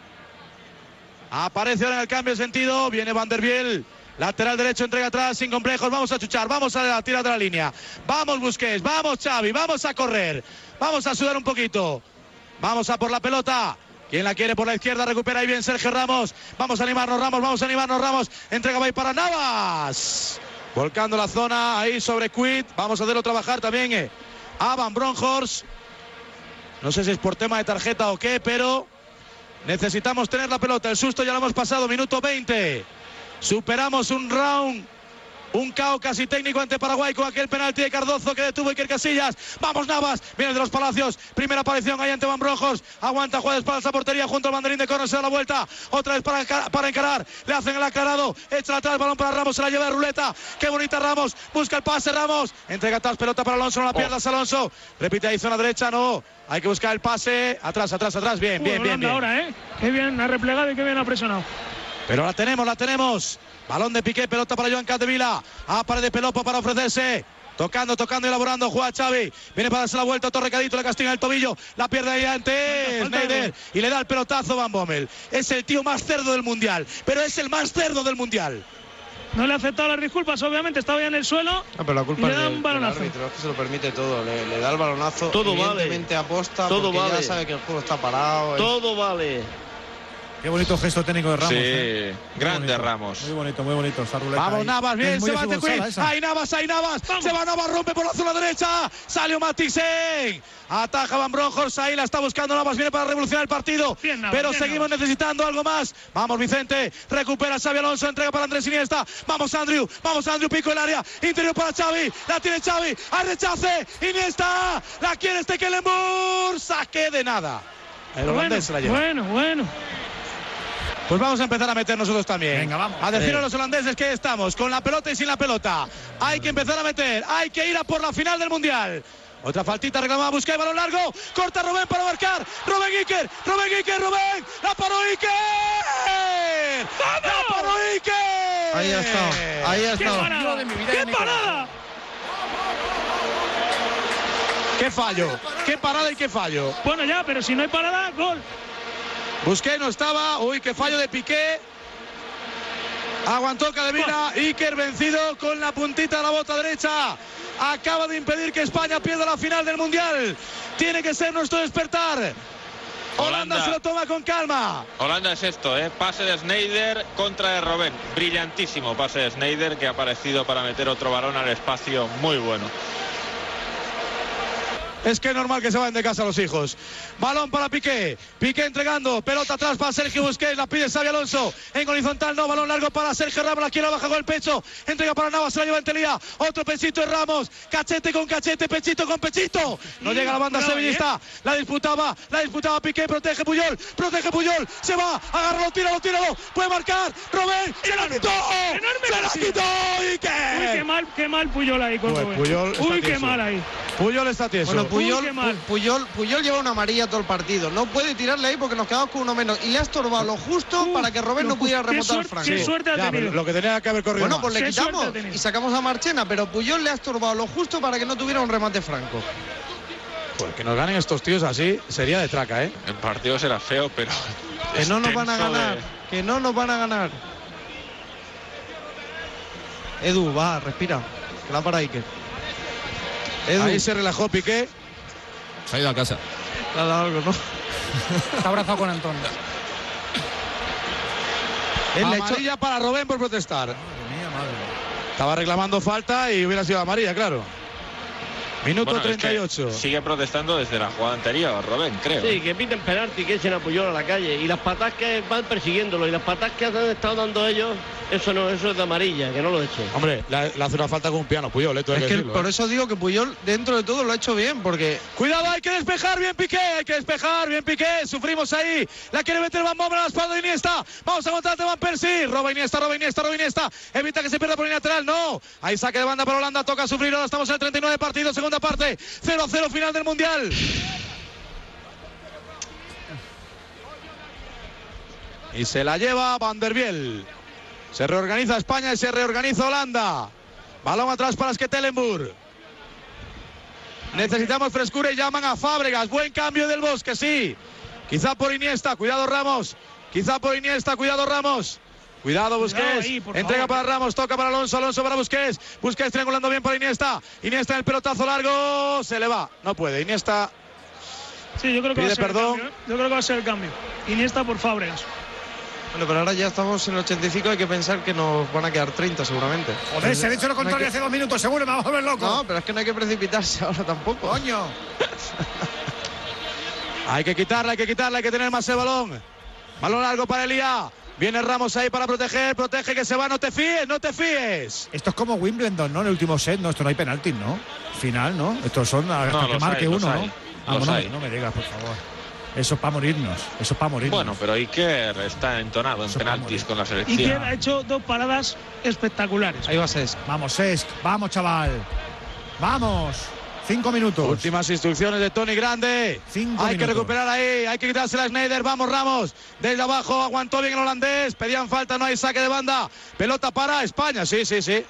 Aparece ahora en el cambio de sentido. Viene Van der Biel. Lateral derecho, entrega atrás, sin complejos. Vamos a chuchar, vamos a tirar de la línea. Vamos Busquets, vamos Xavi, vamos a correr. Vamos a sudar un poquito. Vamos a por la pelota. ¿Quién la quiere por la izquierda? Recupera ahí bien Sergio Ramos. Vamos a animarnos Ramos, vamos a animarnos Ramos. Entrega ahí para Navas. Volcando la zona ahí sobre Quid. Vamos a hacerlo trabajar también eh, a Van Bronckhorst. No sé si es por tema de tarjeta o qué, pero necesitamos tener la pelota. El susto ya lo hemos pasado, minuto veinte. Superamos un round, un caos casi técnico ante Paraguay con aquel penalti de Cardozo que detuvo Iker Casillas. Vamos Navas, viene de los Palacios, primera aparición ahí ante Van Bronckhorst, aguanta, juega de espaldas a portería junto al banderín de córner, se da la vuelta, otra vez para, para encarar, le hacen el aclarado, echa atrás, balón para Ramos, se la lleva de ruleta, qué bonita Ramos, busca el pase Ramos, entrega atrás, pelota para Alonso, no la pierdas Alonso, repite ahí zona derecha, no, hay que buscar el pase, atrás, atrás, atrás, bien, bien, bien, bien. Ahora, ¿eh? Qué bien ha replegado y qué bien ha presionado. Pero la tenemos, la tenemos. Balón de Piqué, pelota para Joan Capdevila. A pared de Pelopo para ofrecerse. Tocando, tocando y elaborando. Juega Xavi. Viene para darse la vuelta. Torrecadito, le castiga el tobillo. La pierde ahí antes Schneider. Y le da el pelotazo Van Bommel. Es el tío más cerdo del mundial. Pero es el más cerdo del mundial. No le ha aceptado las disculpas, obviamente. Estaba ya en el suelo. No, pero la culpa y le es da del, un del balonazo. árbitro. Es que se lo permite todo. Le, le da el balonazo. Todo evidentemente vale. aposta Todo porque vale. ya sabe que el juego está parado. Todo es... vale. Qué bonito gesto técnico de Ramos. Sí, ¿eh? grande bonito, Ramos. Muy bonito, muy bonito. Esa ruleta Vamos ahí. Navas, bien, Es muy se de va de fútbol sala Quid. esa. Hay Navas, hay Navas. Vamos. Se va Navas, rompe por la zona derecha. Salió Matixen. Ataja Van Bronckhorst, ahí la está buscando Navas, viene para revolucionar el partido. Bien, Navas, pero bien, seguimos Navas. necesitando algo más. Vamos Vicente, recupera Xavi Alonso, entrega para Andrés Iniesta. Vamos Andrew, vamos Andrew, pico el área. Interior para Xavi, la tiene Xavi. Hay rechace, Iniesta. La quiere este Kellenburg. Saque de nada. El Bueno, holandés se la lleva. bueno, bueno. Pues vamos a empezar a meter nosotros también. Venga, vamos. A decir Sí. a los holandeses que estamos con la pelota y sin la pelota. Hay que empezar a meter, hay que ir a por la final del Mundial. Otra faltita reclamada, busca el balón largo. Corta Robben para marcar. Robben Iker, Robben Iker, Robben. La paró Iker. ¡La paró Iker! Ahí ha estado, ahí ha ¡Qué estado. parada! ¡Qué parada! ¡Qué fallo! ¡Qué parada y qué fallo! Bueno, ya, pero si no hay parada, gol. Busquets no estaba. Uy, qué fallo de Piqué. Aguantó Cadevina. Iker vencido con la puntita de la bota derecha. Acaba de impedir que España pierda la final del Mundial. Tiene que ser nuestro despertar. Holanda, Holanda se lo toma con calma. Holanda es esto, ¿eh? Pase de Sneijder contra de Robben. Brillantísimo pase de Sneijder, que ha aparecido para meter otro balón al espacio. Muy bueno. Es que es normal que se vayan de casa los hijos. Balón para Piqué. Piqué entregando. Pelota atrás para Sergio Busquets. La pide Xabi Alonso. En horizontal no. Balón largo para Sergio Ramos. La quiere baja con el pecho. Entrega para Navas. Se la lleva en Telía. Otro pechito de Ramos. Cachete con cachete. Pechito con pechito. No llega la banda sevillista. La disputaba. La disputaba Piqué. Protege Puyol. Protege Puyol. Se va. Agárralo. Tíralo. Tíralo. Puede marcar. Robben. Se la quitó. Se la quitó. ¿Y qué? Uy, qué mal, qué mal Puyol ahí con Robben. Puyol Uy, qué mal ahí. Puyol está tieso. Bueno, Puyol, Uy, Pu- Puyol, Puyol lleva una amarilla todo el partido. No puede tirarle ahí porque nos quedamos con uno menos. Y le ha estorbado lo justo uh, para que Robben no pudiera remontar al Franco. Qué suerte ha ya, tenido. Lo que tenía que haber corrido Bueno, más. pues le Qué quitamos y sacamos a Marchena. Pero Puyol le ha estorbado lo justo para que no tuviera un remate Franco. Pues que nos ganen estos tíos así sería de traca, ¿eh? El partido será feo, pero... Que no nos van a ganar. De... Que no nos van a ganar. Edu, va, respira. Que la para Iker. Edu. Ahí se relajó Piqué. Se ha ido a casa. Le ha dado algo, ¿no? Está abrazado con Antonio. Amarilla para Robben por protestar. Madre mía, madre. Estaba reclamando falta y hubiera sido amarilla, claro. Minuto bueno, treinta y ocho. Es que sigue protestando desde la jugada anterior, Robben, creo. Sí, que piten penalti, que echen a Puyol a la calle. Y las patas que van persiguiéndolo y las patas que han estado dando ellos, eso no, eso es de amarilla, que no lo echen. Hombre, le, le hace una falta con un piano, Puyol, ¿eh? Tú hay Es que que decirlo, por ¿eh? eso digo que Puyol dentro de todo lo ha hecho bien, porque... Cuidado, hay que despejar, bien Piqué, hay que despejar, bien Piqué, sufrimos ahí, la quiere meter Van Bommel a la espalda de Iniesta, vamos a montar a Van Persie, roba Iniesta, roba Iniesta, roba Iniesta, evita que se pierda por el lateral, no, hay saque de banda para Holanda, toca sufrir, ahora estamos en el treinta y nueve partido, segunda parte, cero a cero final del Mundial. Y se la lleva Van der Biel. Se reorganiza España y se reorganiza Holanda. Balón atrás para Stekelenburg. Necesitamos frescura y llaman a Fábregas. Buen cambio del Bosque, sí. Quizá por Iniesta, cuidado Ramos. Quizá por Iniesta, cuidado Ramos. Cuidado Busquets, ahí, entrega favor. Para Ramos, toca para Alonso, Alonso para Busquets, Busquets triangulando bien para Iniesta, Iniesta en el pelotazo largo, se le va, no puede, Iniesta. Sí, yo creo que pide va a ser perdón. El cambio, ¿eh? Yo creo que va a ser el cambio. Iniesta por Fábregas. Bueno, pero ahora ya estamos en el ochenta y cinco, hay que pensar que nos van a quedar treinta seguramente. Joder, se ha dicho lo contrario no que... hace dos minutos, seguro me vamos a volver loco. No, pero es que no hay que precipitarse ahora tampoco. Coño. Hay que quitarla, hay que quitarla, hay que tener más el balón. Balón largo para Elía. Viene Ramos ahí para proteger, protege que se va, no te fíes, no te fíes. Esto es como Wimbledon, ¿no? En el último set, no, esto no hay penalti, ¿no? Final, ¿no? Estos son hasta no, que marque hay, uno, hay, ¿no? Ah, no, no me digas, por favor. Eso es para morirnos, eso es para morirnos. Bueno, pero Iker está entonado en eso penaltis con la selección. Iker ha hecho dos paradas espectaculares. Ahí va Cesc. Vamos, Cesc, vamos, chaval. Vamos. Cinco minutos. Últimas instrucciones de Tony Grande. Cinco hay minutos. que recuperar ahí, hay que quitársela a Sneijder. Vamos Ramos, desde abajo, aguantó bien el holandés. Pedían falta, no hay saque de banda. Pelota para España, sí, sí, sí.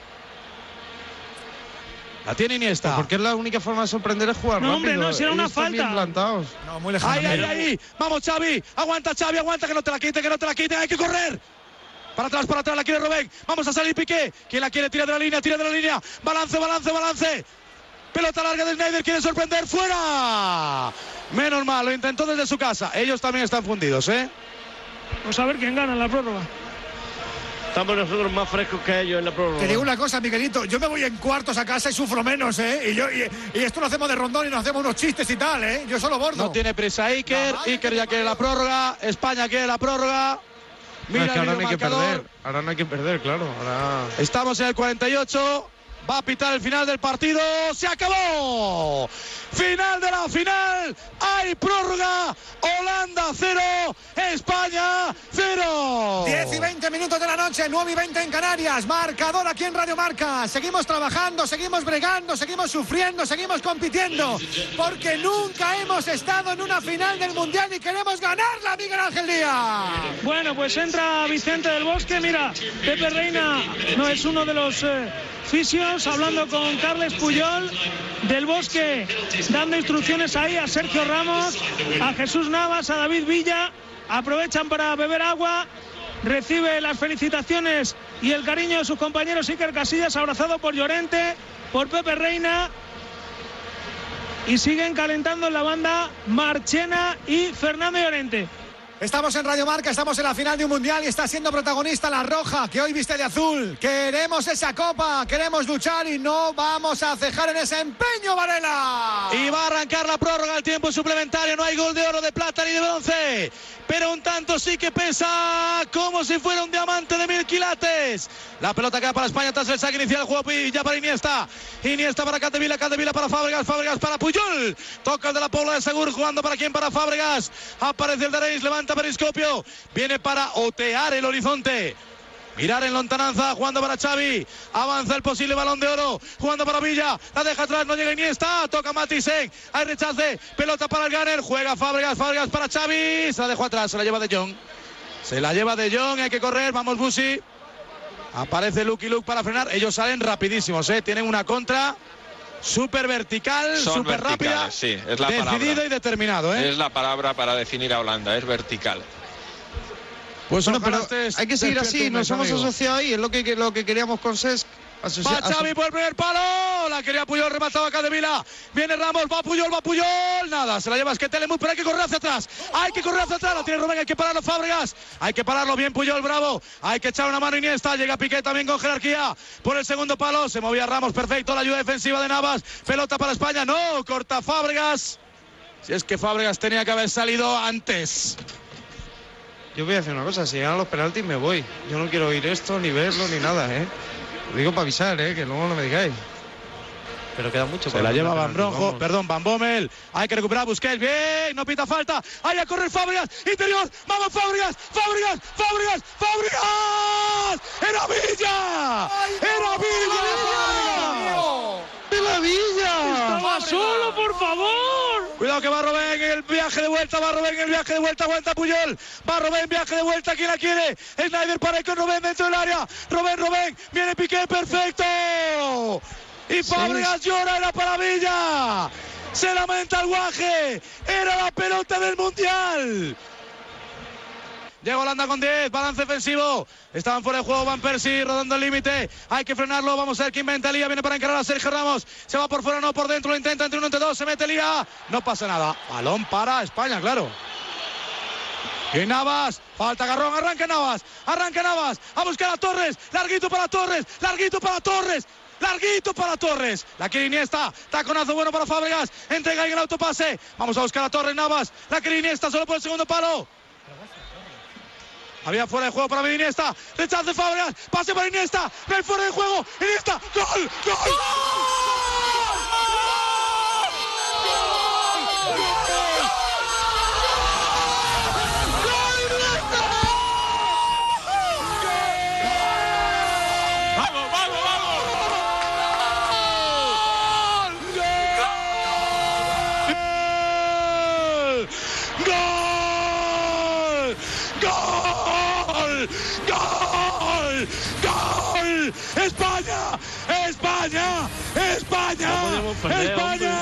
La tiene Iniesta. Porque es la única forma de sorprender es jugar no, rápido. Hombre, no, si era una Ellos están falta. Bien plantados. No, muy lejano. Ahí, ahí, ahí. Vamos Xavi, aguanta Xavi, aguanta que no te la quiten, que no te la quiten, hay que correr. Para atrás, para atrás, la quiere Robben. Vamos a salir Piqué. ¿Quién la quiere? Tira de la línea, tira de la línea. Balance, balance, balance. Pelota larga de Sneijder, quiere sorprender, fuera. Menos mal, lo intentó desde su casa. Ellos también están fundidos, ¿eh? Vamos a ver quién gana en la prórroga. Estamos nosotros más frescos que ellos en la prórroga. Te digo una cosa, Miguelito, yo me voy en cuartos a casa y sufro menos, ¿eh? Y, yo, y, y esto lo hacemos de rondón y nos hacemos unos chistes y tal, ¿eh? Yo solo bordo. No tiene prisa Iker, no, Iker ya quiere la prórroga, España quiere la prórroga. No, Mira es que el ahora no hay que marcador. perder, ahora no hay que perder, claro. Ahora... Estamos en el cuarenta y ocho. Va a pitar el final del partido. ¡Se acabó! Final de la final. Hay prórroga. Holanda cero. España cero. diez y veinte minutos de la noche. nueve y veinte en Canarias. Marcador aquí en Radio Marca. Seguimos trabajando, seguimos bregando, seguimos sufriendo, seguimos compitiendo. Porque nunca hemos estado en una final del Mundial y queremos ganarla, Miguel Ángel Díaz. Bueno, pues entra Vicente del Bosque. Mira, Pepe Reina no es uno de los... Eh... fisios, hablando con Carles Puyol. Del Bosque dando instrucciones ahí a Sergio Ramos, a Jesús Navas, a David Villa. Aprovechan para beber agua. Recibe las felicitaciones y el cariño de sus compañeros. Iker Casillas, abrazado por Llorente, por Pepe Reina. Y siguen calentando en la banda Marchena y Fernando Llorente. Estamos en Radio Marca, estamos en la final de un mundial y está siendo protagonista la Roja, que hoy viste de azul. Queremos esa copa, queremos luchar y no vamos a cejar en ese empeño, Varela. Y va a arrancar la prórroga, el tiempo suplementario. No hay gol de oro, de plata ni de bronce, pero un tanto sí que pesa, como si fuera un diamante de mil quilates. La pelota queda para España tras el saque inicial. Juego ya para Iniesta. Iniesta para Capdevila, Capdevila para Fábregas, Fábregas para Puyol. Toca el de la Pobla de Segur, jugando para quién, para Fábregas. Aparece el de Reis, levanta periscopio. Viene para otear el horizonte. Mirar en lontananza, jugando para Xavi. Avanza el posible balón de oro, jugando para Villa. La deja atrás, no llega Iniesta. Toca Matisek, hay rechace. Pelota para el Gunner, juega Fábregas, Fábregas para Xavi. Se la dejó atrás, se la lleva De Jong. Se la lleva De Jong, hay que correr, vamos Busi. Aparece Lucky Luke para frenar. Ellos salen rapidísimos, ¿eh? Tienen una contra súper vertical, súper rápida. Sí, es la decidido palabra. Y determinado, ¿eh? Es la palabra para definir a Holanda, es vertical. Pues bueno, pero hay que seguir así, nos hemos asociado ahí, es lo que, lo que queríamos con Cesc. Va Xavi por el primer palo, la quería Puyol, remataba Capdevila. Viene Ramos, va Puyol, va Puyol, nada, se la lleva Esquetelemut, pero hay que correr hacia atrás. Hay que correr hacia atrás, la tiene Rubén, hay que pararlo Fábregas. Hay que pararlo bien Puyol, bravo. Hay que echar una mano Iniesta, llega Piqué también con jerarquía. Por el segundo palo, se movía Ramos, perfecto, la ayuda defensiva de Navas. Pelota para España, no, corta Fábregas. Si es que Fábregas tenía que haber salido antes. Yo voy a hacer una cosa, si llegan los penaltis me voy. Yo no quiero oír esto, ni verlo, ni nada, ¿eh? Lo digo para avisar, ¿eh? Que luego no me digáis. Pero queda mucho. Se la lleva Van Bronjo, perdón, Van Bommel. Hay que recuperar Busquets, bien, no pita falta. Hay a correr Fábregas, interior, vamos Fábregas, Fábregas, Fábregas, Fábregas. ¡Era Villa! ¡Era Villa! ¡Era Villa! ¡Estaba solo, por favor! Cuidado que va Robben en el viaje de vuelta, va Robben en el viaje de vuelta, aguanta Puyol. Va Robben, viaje de vuelta, ¿quién la quiere? Snyder para ir con Robben dentro del área. Robben, Robben, viene Piqué, perfecto. Y Fábregas sí. Llora, era para Villa. Se lamenta el guaje. Era la pelota del Mundial. Llega Holanda con diez, balance defensivo. Estaban fuera de juego Van Persie, rodando el límite. Hay que frenarlo, vamos a ver quién inventa Lía. Viene para encarar a Sergio Ramos. Se va por fuera, no por dentro, lo intenta entre uno entre dos. Se mete Lía, no pasa nada. Balón para España, claro. Y Navas, falta agarrón, arranca Navas. Arranca Navas, a buscar a Torres. Larguito para Torres, larguito para Torres. Larguito para Torres, la quiere Iniesta, taconazo bueno para Fábregas, entrega ahí el autopase, vamos a buscar a Torres Navas, la quiere Iniesta solo por el segundo palo. Había fuera de juego para mí Iniesta, rechace Fábregas, pase para Iniesta, no hay fuera de juego, Iniesta, gol, gol, gol. España, España, España, España.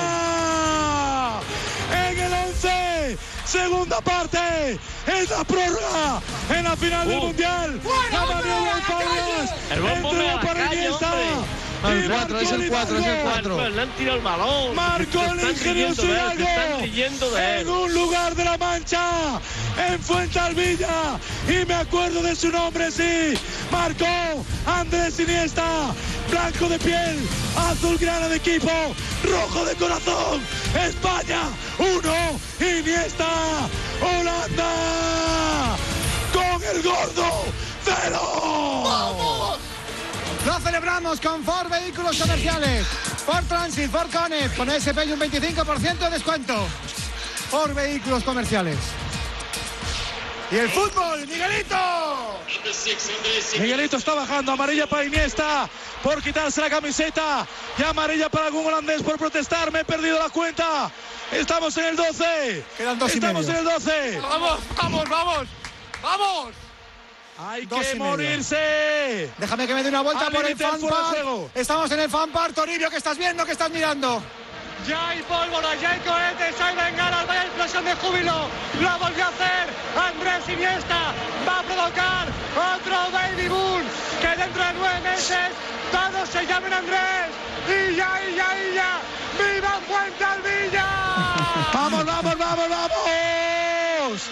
En el once, segunda parte, es la prórroga, en la final del Mundial. La maniobra de Fábregas, entró para Iniesta. El cuatro, es el cuatro, es el cuatro. Le han tirado el balón. Marcó el ingenioso Hidalgo en un lugar de la Mancha, en Fuensalvilla, y me acuerdo de su nombre, sí. Marcó Andrés Iniesta, blanco de piel, azulgrana de equipo, rojo de corazón. España uno, Iniesta, Holanda con el gordo cero. ¡Vamos! Lo celebramos con Ford Vehículos Comerciales. Ford Transit, Ford Connect, con S P y un veinticinco por ciento de descuento. Ford Vehículos Comerciales. Y el fútbol, Miguelito. Miguelito está bajando, amarilla para Iniesta por quitarse la camiseta y amarilla para algún holandés por protestar. Me he perdido la cuenta. Estamos en el doce. Quedan dos y Estamos medio. en el doce. Vamos, vamos, vamos. Vamos. Hay Dos que y medio. morirse. Déjame que me dé una vuelta Al por el límite del fan fuera de park. juego. Estamos en el fan park, Toribio, ¿qué estás viendo? ¿Qué estás mirando? Ya hay pólvora, ya hay cohetes, hay bengalas, vaya explosión de júbilo. Lo volvió a hacer Andrés Iniesta. Va a provocar otro baby boom. Que dentro de nueve meses todos se llamen Andrés. Y ya, y ya, y ya. ¡Viva Fuentealbilla! Vamos, vamos, vamos, vamos.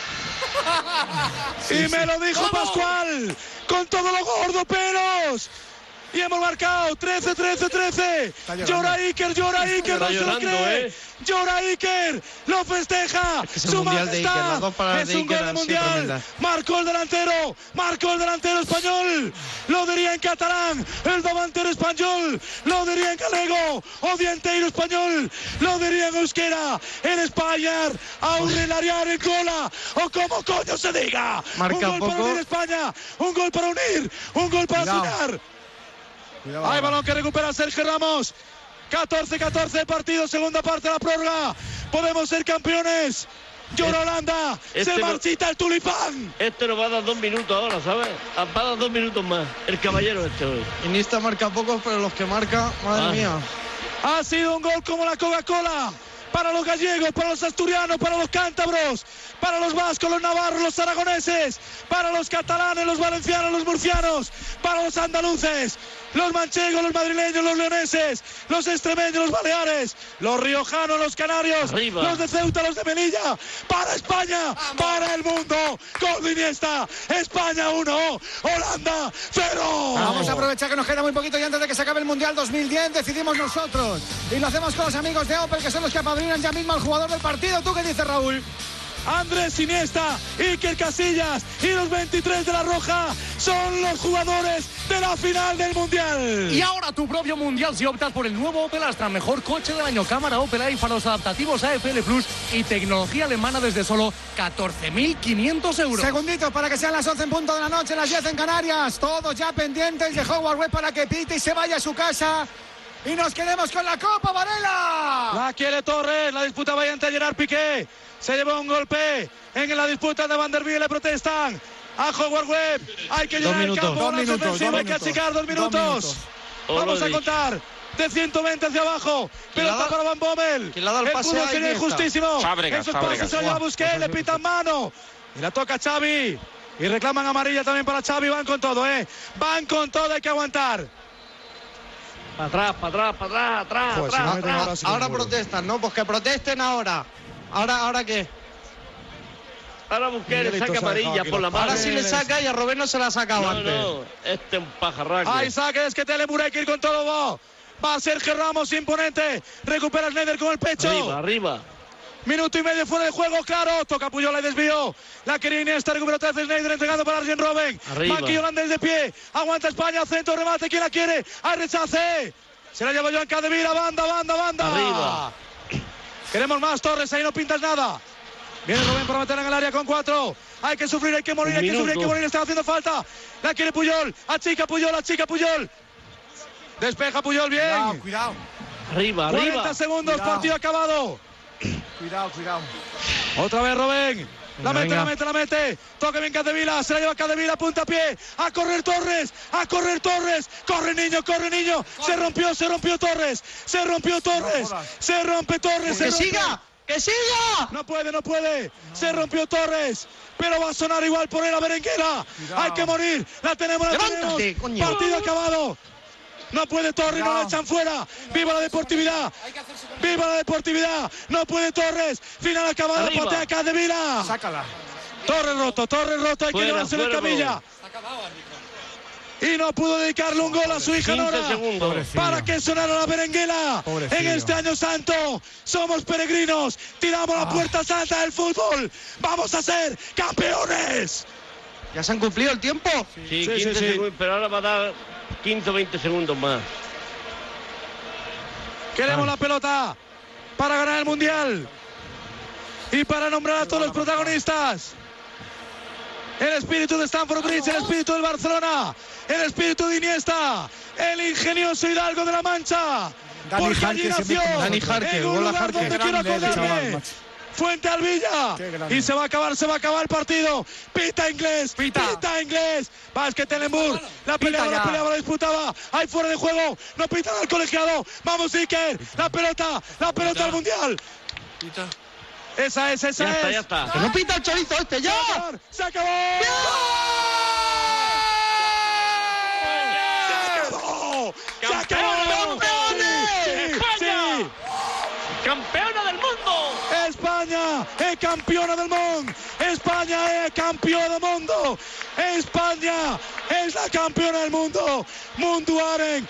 Sí, y sí. me lo dijo ¡Vamos! Pascual con todos los gordopelos. Y hemos marcado trece, trece, trece. llorando. Llora Iker, llora Iker, no Está se lo llorando, cree. ¿eh? Llora Iker, lo festeja. Es que es el Su mundial de Iker, majestad. las dos palabras Es de un Iker gol de han sido mundial. tremendas. Marcó el delantero, marcó el delantero español. Lo diría en catalán, el delantero español. Lo diría en galego, o dienteiro español. Lo diría en euskera, en España, aurrelariar en cola, o como coño se diga. Marca un gol para poco. unir España, un gol para unir, un gol para Cuidado. soñar. Cuidado, Hay ahora. balón que recupera Sergio Ramos. catorce catorce el partido, segunda parte de la prórroga. Podemos ser campeones. Llora Holanda, este se no- marchita el tulipán. Este nos va a dar dos minutos ahora, ¿sabes? Va a dar dos minutos más. El caballero este hoy. Iniesta marca pocos, pero los que marca, madre Ah. mía. Ha sido un gol como la Coca-Cola. Para los gallegos, para los asturianos, para los cántabros, para los vascos, los navarros, los aragoneses, para los catalanes, los valencianos, los murcianos, para los andaluces, los manchegos, los madrileños, los leoneses, los extremeños, los baleares, los riojanos, los canarios, Arriba. los de Ceuta, los de Melilla, para España, para el mundo, gol de Iniesta, España uno, Holanda cero. Vamos a aprovechar que nos queda muy poquito y antes de que se acabe el Mundial dos mil diez decidimos nosotros. Y lo hacemos con los amigos de Opel, que son los que apadrinan ya mismo al jugador del partido. ¿Tú qué dices, Raúl? Andrés Iniesta, Iker Casillas y los veintitrés de la Roja son los jugadores de la final del Mundial. Y ahora tu propio mundial si optas por el nuevo Opel Astra, mejor coche del año, cámara Opel A y faros adaptativos A F L Plus y tecnología alemana desde solo catorce mil quinientos euros. Segunditos para que sean las once en punto de la noche, las diez en Canarias. Todos ya pendientes de Howard Webb para que pite y se vaya a su casa. Y nos quedemos con la Copa, Varela. La quiere Torres, la disputa va entre Gerard Piqué. Se llevó un golpe en la disputa de Van der Wiel, le protestan a Howard Webb. Hay que llenar el minutos, campo, dos una minutos, ofensiva, dos hay que minutos, achicar dos dos minutos. minutos. Vamos a Olodic. contar. De ciento veinte hacia abajo. ¿Quién le Pelota ha para Van Bommel. ¿Quién le ha dado el pase fútbol a sería Iniesta? injustísimo. Fábregas, Esos Fábregas. pases se lo lleva Buah, Busquets, pues le es pitan mano. Y la toca Xavi. Y reclaman amarilla también para Xavi. Van con todo, ¿eh? Van con todo, hay que aguantar. Para atrás, para atrás, para atrás, atrás, Joder, si atrás, no meten atrás. ahora sí que Ahora me muero. protestan, ¿no? Pues que protesten ahora. ¿Ahora, ahora qué? Ahora Busquets le Miguelito saca se ha dejado amarilla aquí por la los mano. Ahora sí le saca y a Robén no se la ha sacado No, antes. no, este es un pajarraco. Hay saques que Tele Murray que ir con todo. Va. Va Sergio Ramos imponente. Recupera Schneider con el pecho. Arriba, arriba. Minuto y medio fuera de juego, claro. Toca Puyol, la desvió. La quería Iniesta, recupera otra vez Schneider, entregando para Arjen Robben. Arriba. Banquillo holandés de pie. Aguanta España, centro, remate. ¿Quién la quiere? Hay rechace. Se la lleva Joan Capdevila. Banda, banda, banda. Arriba. Queremos más, Torres. Ahí no pintas nada. Viene Robben para meter en el área con cuatro. Hay que sufrir, hay que morir, Un hay que sufrir, hay que minuto. morir. Está haciendo falta. La quiere Puyol. Achica Puyol, achica Puyol. Despeja Puyol, bien. Cuidado, cuidado, Arriba, cuarenta arriba. segundos, Cuidado. partido acabado. cuidado, cuidado. Otra vez Robben. La Venga, mete, venga. la mete, la mete. Toca bien Capdevila. Se la lleva Capdevila, puntapié. A correr Torres. A correr Torres. Corre niño, corre niño. Se rompió, se rompió Torres. Se rompió Torres. Se rompe Torres. se ¡Que rompe. siga! ¡Que siga! No puede, no puede. Se rompió Torres. Pero va a sonar igual por él a Berenguera. Hay que morir. La tenemos, la Levántate, tenemos. coño. Partido acabado. No puede Torres, no la echan fuera. ¡Viva la deportividad! ¡Viva la deportividad! No puede Torres. Final acabado. Arriba. Patea Capdevila. Sácala. Torres roto, Torres roto. Hay que Fuera, llevárselo en fuera, camilla. Y no pudo dedicarle un gol a su hija quince Nora. segundos. Para que sonara la berenguela. Pobrecillo. En este año santo somos peregrinos. Tiramos la puerta santa del fútbol. Vamos a ser campeones. ¿Ya se han cumplido el tiempo? Sí, Sí, quince sí, sí. segundos, pero ahora va a dar quince o veinte segundos más. Queremos la pelota para ganar el Mundial y para nombrar a todos los protagonistas. El espíritu de Stamford Bridge, el espíritu del Barcelona, el espíritu de Iniesta, el ingenioso Hidalgo de la Mancha. Dani Porque allí Jarque se nació, mete- Dani Jarque, en un gol a lugar Jarque. donde Qué quiero grande el acordarme. chaval, macho. Fuente Alvilla. Qué grande. Y se va a acabar, se va a acabar el partido. Pita inglés, Pita. pita inglés. Vázquez Telenburg. La peleaba, ya. la peleaba, la disputaba. Hay fuera de juego. No pitan al colegiado. Vamos, Iker. La pelota, la pelota al Mundial. Esa es, esa Ya es. está, ya está. ¡Que no pita el chorizo este ya! ¡Se acabó! ¡Se acabó! ¡Se acabó! ¡Campeones! Sí, ¡España! sí. ¡Campeona del mundo! España es campeona del mundo. España es campeona del mundo. España es la campeona del mundo. Munduaren,